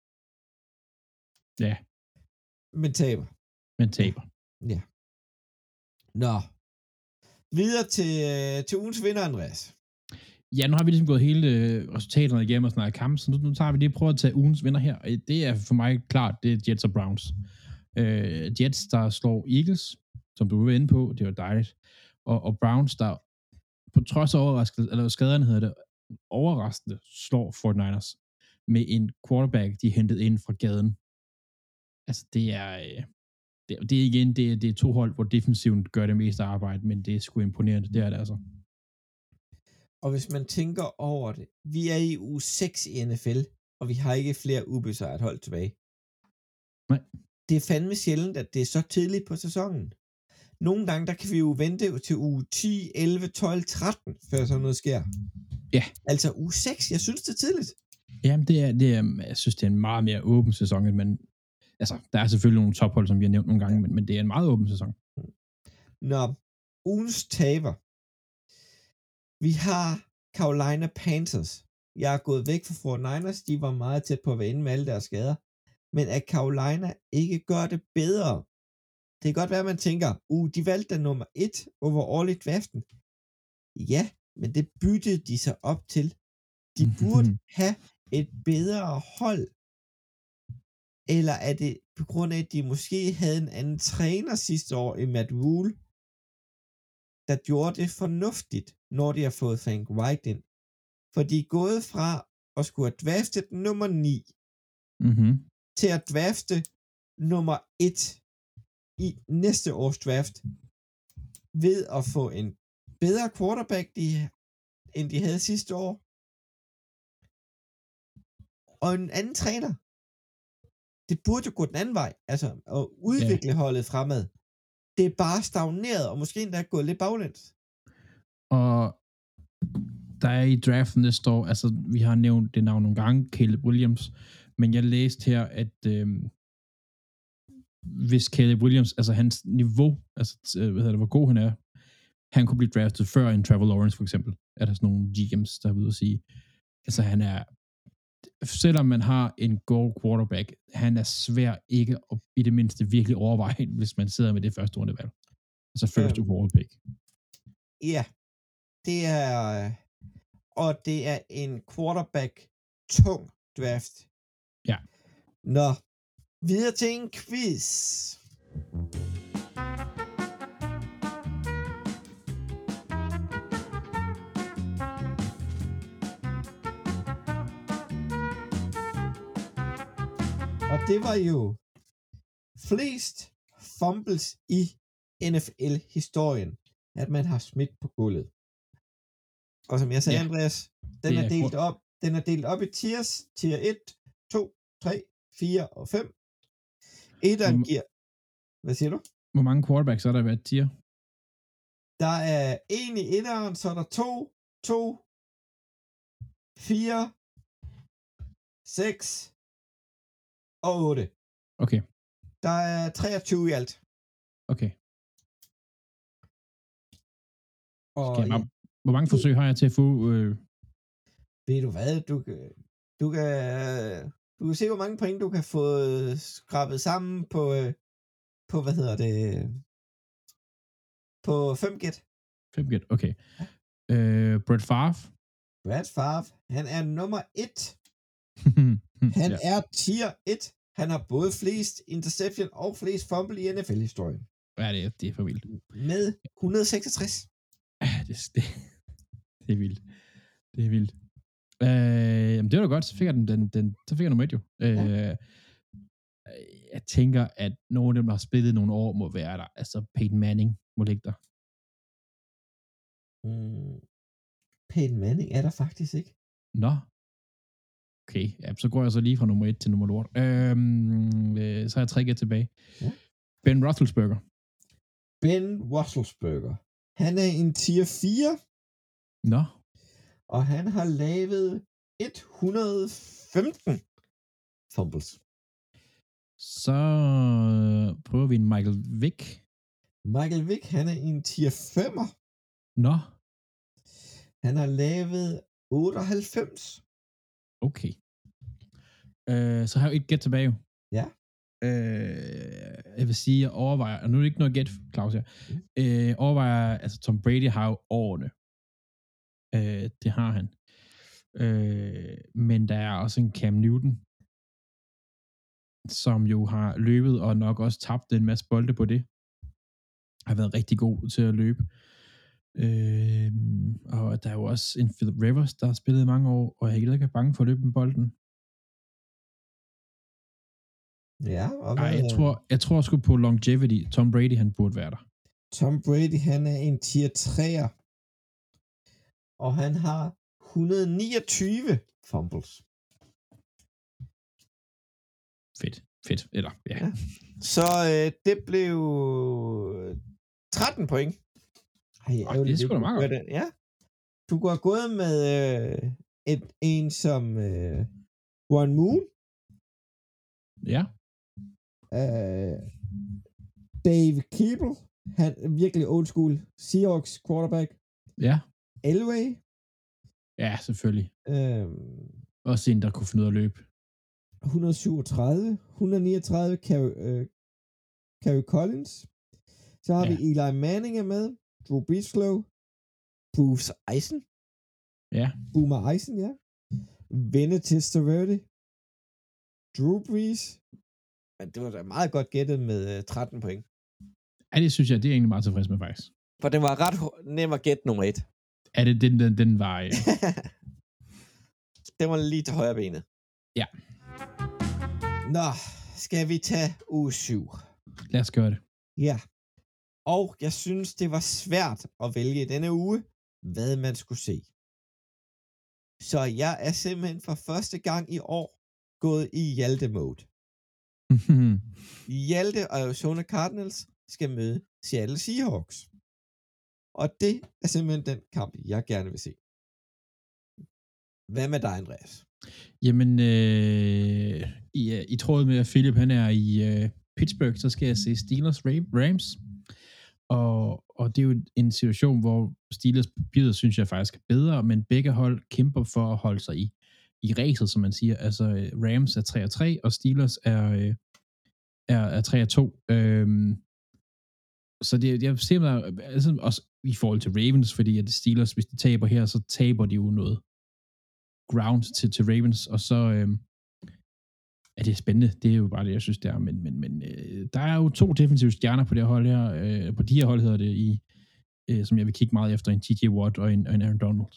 Ja. Men taber. Men taber. Ja. Nå. Videre til, til ugens vinder, Andreas. Ja, nu har vi ligesom gået hele øh, resultaterne igennem og snakket kamp, så nu, nu tager vi lige og prøver at tage ugens vinder her. Det er for mig klart, det er Jets og Browns. Øh, Jets, der slår Eagles, som du var inde på, det var dejligt. Og, og Browns, der på trods af overraskelse, eller skaderne hedder det, overraskende slår forty-niners med en quarterback, de hentede ind fra gaden. Altså, det er... Øh, det, det er igen, det, det er to hold, hvor defensiven gør det meste arbejde, men det er sgu imponerende, det er det altså. Og hvis man tænker over det, vi er i uge seks i N F L, og vi har ikke flere ubesejret hold tilbage. Nej. Det er fandme sjældent, at det er så tidligt på sæsonen. Nogle gange, der kan vi jo vente til uge ti, elleve, tolv, tretten, før sådan noget sker. Ja. Altså uge seks, jeg synes, det er tidligt. Jamen, det er, det er, jeg synes, det er en meget mere åben sæson, end man... Altså, der er selvfølgelig nogle tophold, som vi har nævnt nogle gange, men, men det er en meget åben sæson. Nå, ugens taber. Vi har Carolina Panthers. Jeg er gået væk fra forty-niners. De var meget tæt på at være inde med alle deres skader. Men at Carolina ikke gør det bedre. Det kan godt være, at man tænker, uh, de valgte nummer et overall i draften. Ja, men det byttede de sig op til. De burde have et bedre hold. Eller er det på grund af, at de måske havde en anden træner sidste år i Matt Rule, der gjorde det fornuftigt, når de har fået Frank Reich ind. For de er gået fra at skulle have draftet nummer ni mm-hmm. til at drafte nummer et i næste års draft ved at få en bedre quarterback, de, end de havde sidste år. Og en anden træner. Det burde jo gå den anden vej, altså at udvikle yeah. holdet fremad. Det er bare stagneret, og måske endda gået lidt baglæns. Og der er i draften næste år, altså vi har nævnt det navn nogle gange, Caleb Williams, men jeg læste her, at øh, hvis Caleb Williams, altså hans niveau, altså hvad hedder det, hvor god han er, han kunne blive draftet før en Trevor Lawrence for eksempel, er der sådan nogle G M's, der vil sige, altså han er, selvom man har en goal quarterback, han er svær ikke at i det mindste virkelig overveje, hvis man sidder med det første rundevalg. Altså first øhm, overall pick. Ja, det er, og det er en quarterback-tung draft. Ja. Nå, videre til en quiz. Og det var jo flest fumbles i N F L-historien, at man har smidt på gulvet. Og som jeg sagde, ja. Andreas, den er, er delt op, den er delt op i tiers, tier et, to, tre, fire og fem. Etteren hvor, giver... Hvad siger du? Hvor mange quarterbacks er der ved et tier? Der er en i etteren, så er der to, to, fire, seks og otte. Okay. Der er treogtyve i alt. Okay. Og jeg, ja. Hvor mange forsøg har jeg til at få... Øh... Ved du hvad? Du, du, kan, du kan se, hvor mange point, du kan få skrabet sammen på, på hvad hedder det, på fem gæt. fem gæt, okay. Øh, Brett Favre. Brett Favre, han er nummer et. Han ja. er tier et. Han har både flest interception og flest fumble i N F L-historien. Ja, det er, det er for vildt. Med et hundrede og seksogtres. Ja, det, det, det er vildt. Det er vildt. Øh, jamen, det var da godt. Så fik jeg, den, den, den, så fik jeg nummer et jo. Øh, ja. Jeg tænker, at nogle af dem, der har spillet nogle år, må være der. Altså, Peyton Manning må ligge der. Mm. Peyton Manning er der faktisk ikke. Nå. Okay, ja, så går jeg så lige fra nummer et til nummer lort. Øhm, øh, så har jeg tre gæt tilbage. Ja. Ben Roethlisberger. Ben Roethlisberger. Han er en tier fire. Nå. Og han har lavet et hundrede og femten fumbles. Så prøver vi en Michael Vick. Michael Vick, han er en tier femmer. Nå. Han har lavet otteoghalvfems. Okay. Øh, så har jeg jo et gæt tilbage. Ja. Øh, jeg vil sige, jeg overvejer, og nu er det ikke noget gæt, Claus her, mm. øh, overvejer, altså Tom Brady har jo årene. Øh, det har han. Øh, men der er også en Cam Newton, som jo har løbet og nok også tabt en masse bolde på det. Har været rigtig god til at løbe. Øh, og der er jo også en Philip Rivers, der har spillet i mange år, og jeg er ikke er bange for at løbe med bolden. Ja, og Ej, jeg tror, jeg tror sgu på longevity. Tom Brady, han burde være der. Tom Brady, han er en tier treer. Og han har et hundrede og niogtyve fumbles. Fedt, fedt, eller ja. ja. Så øh, det blev tretten point. Ej, Ej, det er sgu da meget godt. Ja. Du går gået med øh, et, en som øh, Warren Moon. Ja. Øh, Dave Keeble. Han er virkelig old school. Seahawks quarterback. Ja. Elway. Ja, selvfølgelig. Øhm, Også en, der kunne finde ud af at løbe. et hundrede og syvogtredive. et hundrede og niogtredive. Kerry, øh, Kerry Collins. Så har ja. vi Eli Manning med. Drew Breeslow. Bruce Eisen. Ja. Boomer Eisen, ja. Venne Testaverde. Drew Brees. Men det var da meget godt gættet med uh, tretten point. Ja, det synes jeg, det er egentlig meget tilfreds med faktisk. For den var ret nem at gætte nummer et. Ja, det, den, den, den var... Ja. Den var lige til højre benet. Ja. Nå, skal vi tage uge syv? Lad os gøre det. Ja. Og jeg synes, det var svært at vælge i denne uge, hvad man skulle se. Så jeg er simpelthen for første gang i år gået i Hjalte-mode. Hjalte og Arizona Cardinals skal møde Seattle Seahawks. Og det er simpelthen den kamp, jeg gerne vil se. Hvad med dig, Andreas? Jamen, øh, i, i tråd med, at Philip han er i øh, Pittsburgh, så skal jeg se Steelers Rams. Og, og det er jo en situation, hvor Steelers papiret, synes jeg faktisk er bedre, men begge hold kæmper for at holde sig i, i racet, som man siger. Altså, Rams er tre og tre, og Steelers er, øh, er, er tre og to. Øhm, så det, jeg ser mig altså, også i forhold til Ravens, fordi at Steelers, hvis de taber her, så taber de jo noget ground til, til Ravens, og så øh, er det spændende. Det er jo bare det, jeg synes, det er. Men, men, men øh, der er jo to defensive stjerner på det her hold her, øh, på de her hold hedder det, i, øh, som jeg vil kigge meget efter, en T J Watt og en, og en Aaron Donald.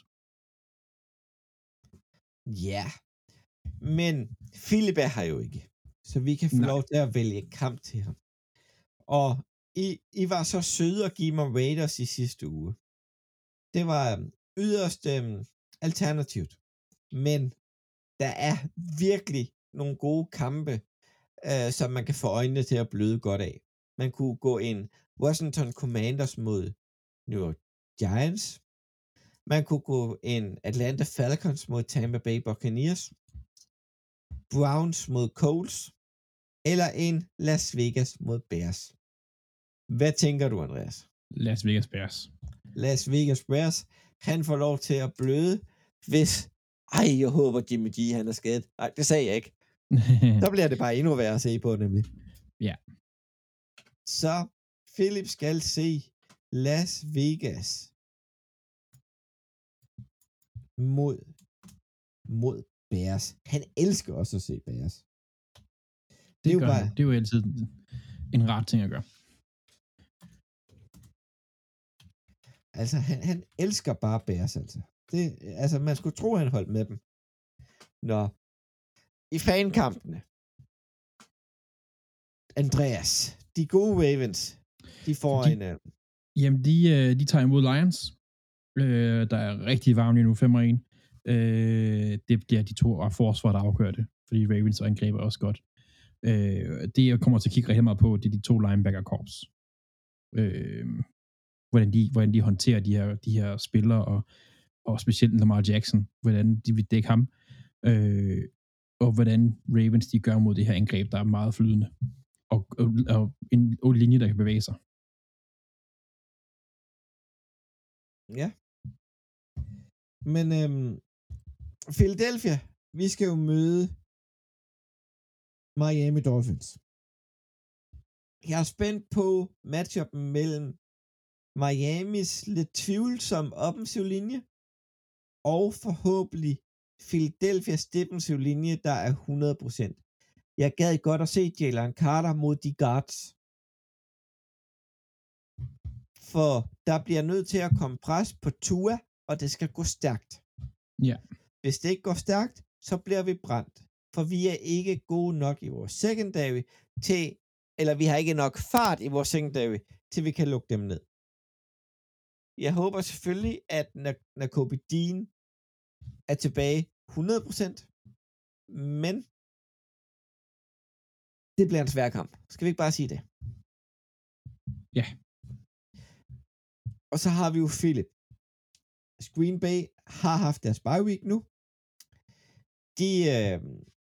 Ja, men Philip er her jo ikke, så vi kan få Nej. lov til at vælge kamp til ham. Og I, I var så søde at give mig Raiders i sidste uge. Det var yderst øh, alternativt. Men der er virkelig nogle gode kampe, øh, som man kan få øjnene til at bløde godt af. Man kunne gå en Washington Commanders mod New York Giants. Man kunne gå en Atlanta Falcons mod Tampa Bay Buccaneers. Browns mod Colts. Eller en Las Vegas mod Bears. Hvad tænker du, Andreas? Las Vegas Bears. Las Vegas Bears. Han får lov til at bløde, hvis... Ej, jeg håber Jimmy G, han er skadet. Nej, det sagde jeg ikke. Så bliver det bare endnu værre at se på, nemlig. Ja. Så Philip skal se Las Vegas mod, mod Bears. Han elsker også at se Bears. Det, det, er, jo bare... det er jo altid en rar ting at gøre. Altså, han, han elsker bare Bears, altså. Det, altså, man skulle tro, han holdt med dem. Nå. I fankampene. Andreas, de gode Ravens, de får de, en... Uh... Jamen, de, de tager imod Lions, øh, der er rigtig varme lige nu, fem og en. Øh, det bliver de to forsvar, der afgør det, fordi Ravens angriber også godt. Øh, det, jeg kommer til at kigge rigtig meget på, det er de to linebacker-korps. Øh, hvordan, de, hvordan de håndterer de her, de her spillere, og og specielt Lamar Jackson, hvordan de vil dække ham, øh, og hvordan Ravens de gør mod det her angreb, der er meget flydende, og, og, og en, en linje, der kan bevæge sig. Ja. Men øhm, Philadelphia, vi skal jo møde Miami Dolphins. Jeg er spændt på matchupen mellem Miamis lidt tvivlsomme offensiv linje, og forhåbentlig Philadelphia's defensiv linje, der er hundrede procent. Jeg gad godt at se Jalen Carter mod de guards. For der bliver nødt til at komme pres på Tua, og det skal gå stærkt. Ja. Hvis det ikke går stærkt, så bliver vi brændt. For vi er ikke gode nok i vores secondary til, eller vi har ikke nok fart i vores secondary, til vi kan lukke dem ned. Jeg håber selvfølgelig, at Nakobe Dean er tilbage hundrede procent, men det bliver en svær kamp. Skal vi ikke bare sige det? Ja. Og så har vi jo Philip. Green Bay har haft deres bye week nu. De, øh,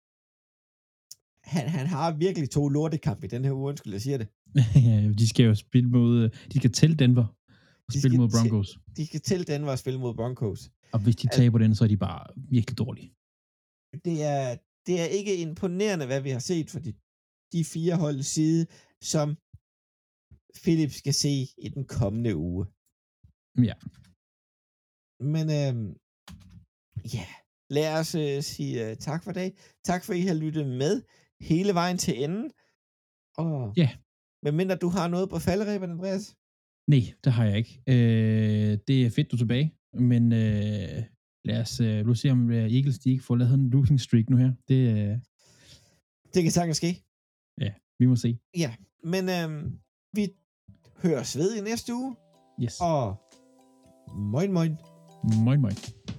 han, han har virkelig to lortekampe i den her uge, undskyld, jeg siger det. De skal jo spille mod, de skal til Denver og de spille mod Broncos. Til, de skal til Denver og spille mod Broncos. Og hvis de taber altså, den, så er de bare virkelig dårlige. Det er, det er ikke imponerende, hvad vi har set for de, de fire hold side, som Philip skal se i den kommende uge. Ja. Men øh, ja, lad os øh, sige uh, tak for i dag. Tak for, at I har lyttet med hele vejen til enden. Og ja. Medmindre du har noget på falderæberne, Andreas? Nej, det har jeg ikke. Øh, det er fedt, du er tilbage. Men øh, lad os øh, nu se, om uh, Eagles de ikke får lavet en losing streak nu her. Det, øh... det kan sagtens ske. Ja, vi må se. Ja, men øh, vi høres ved i næste uge. Yes. Og moin moin. Moin, moin.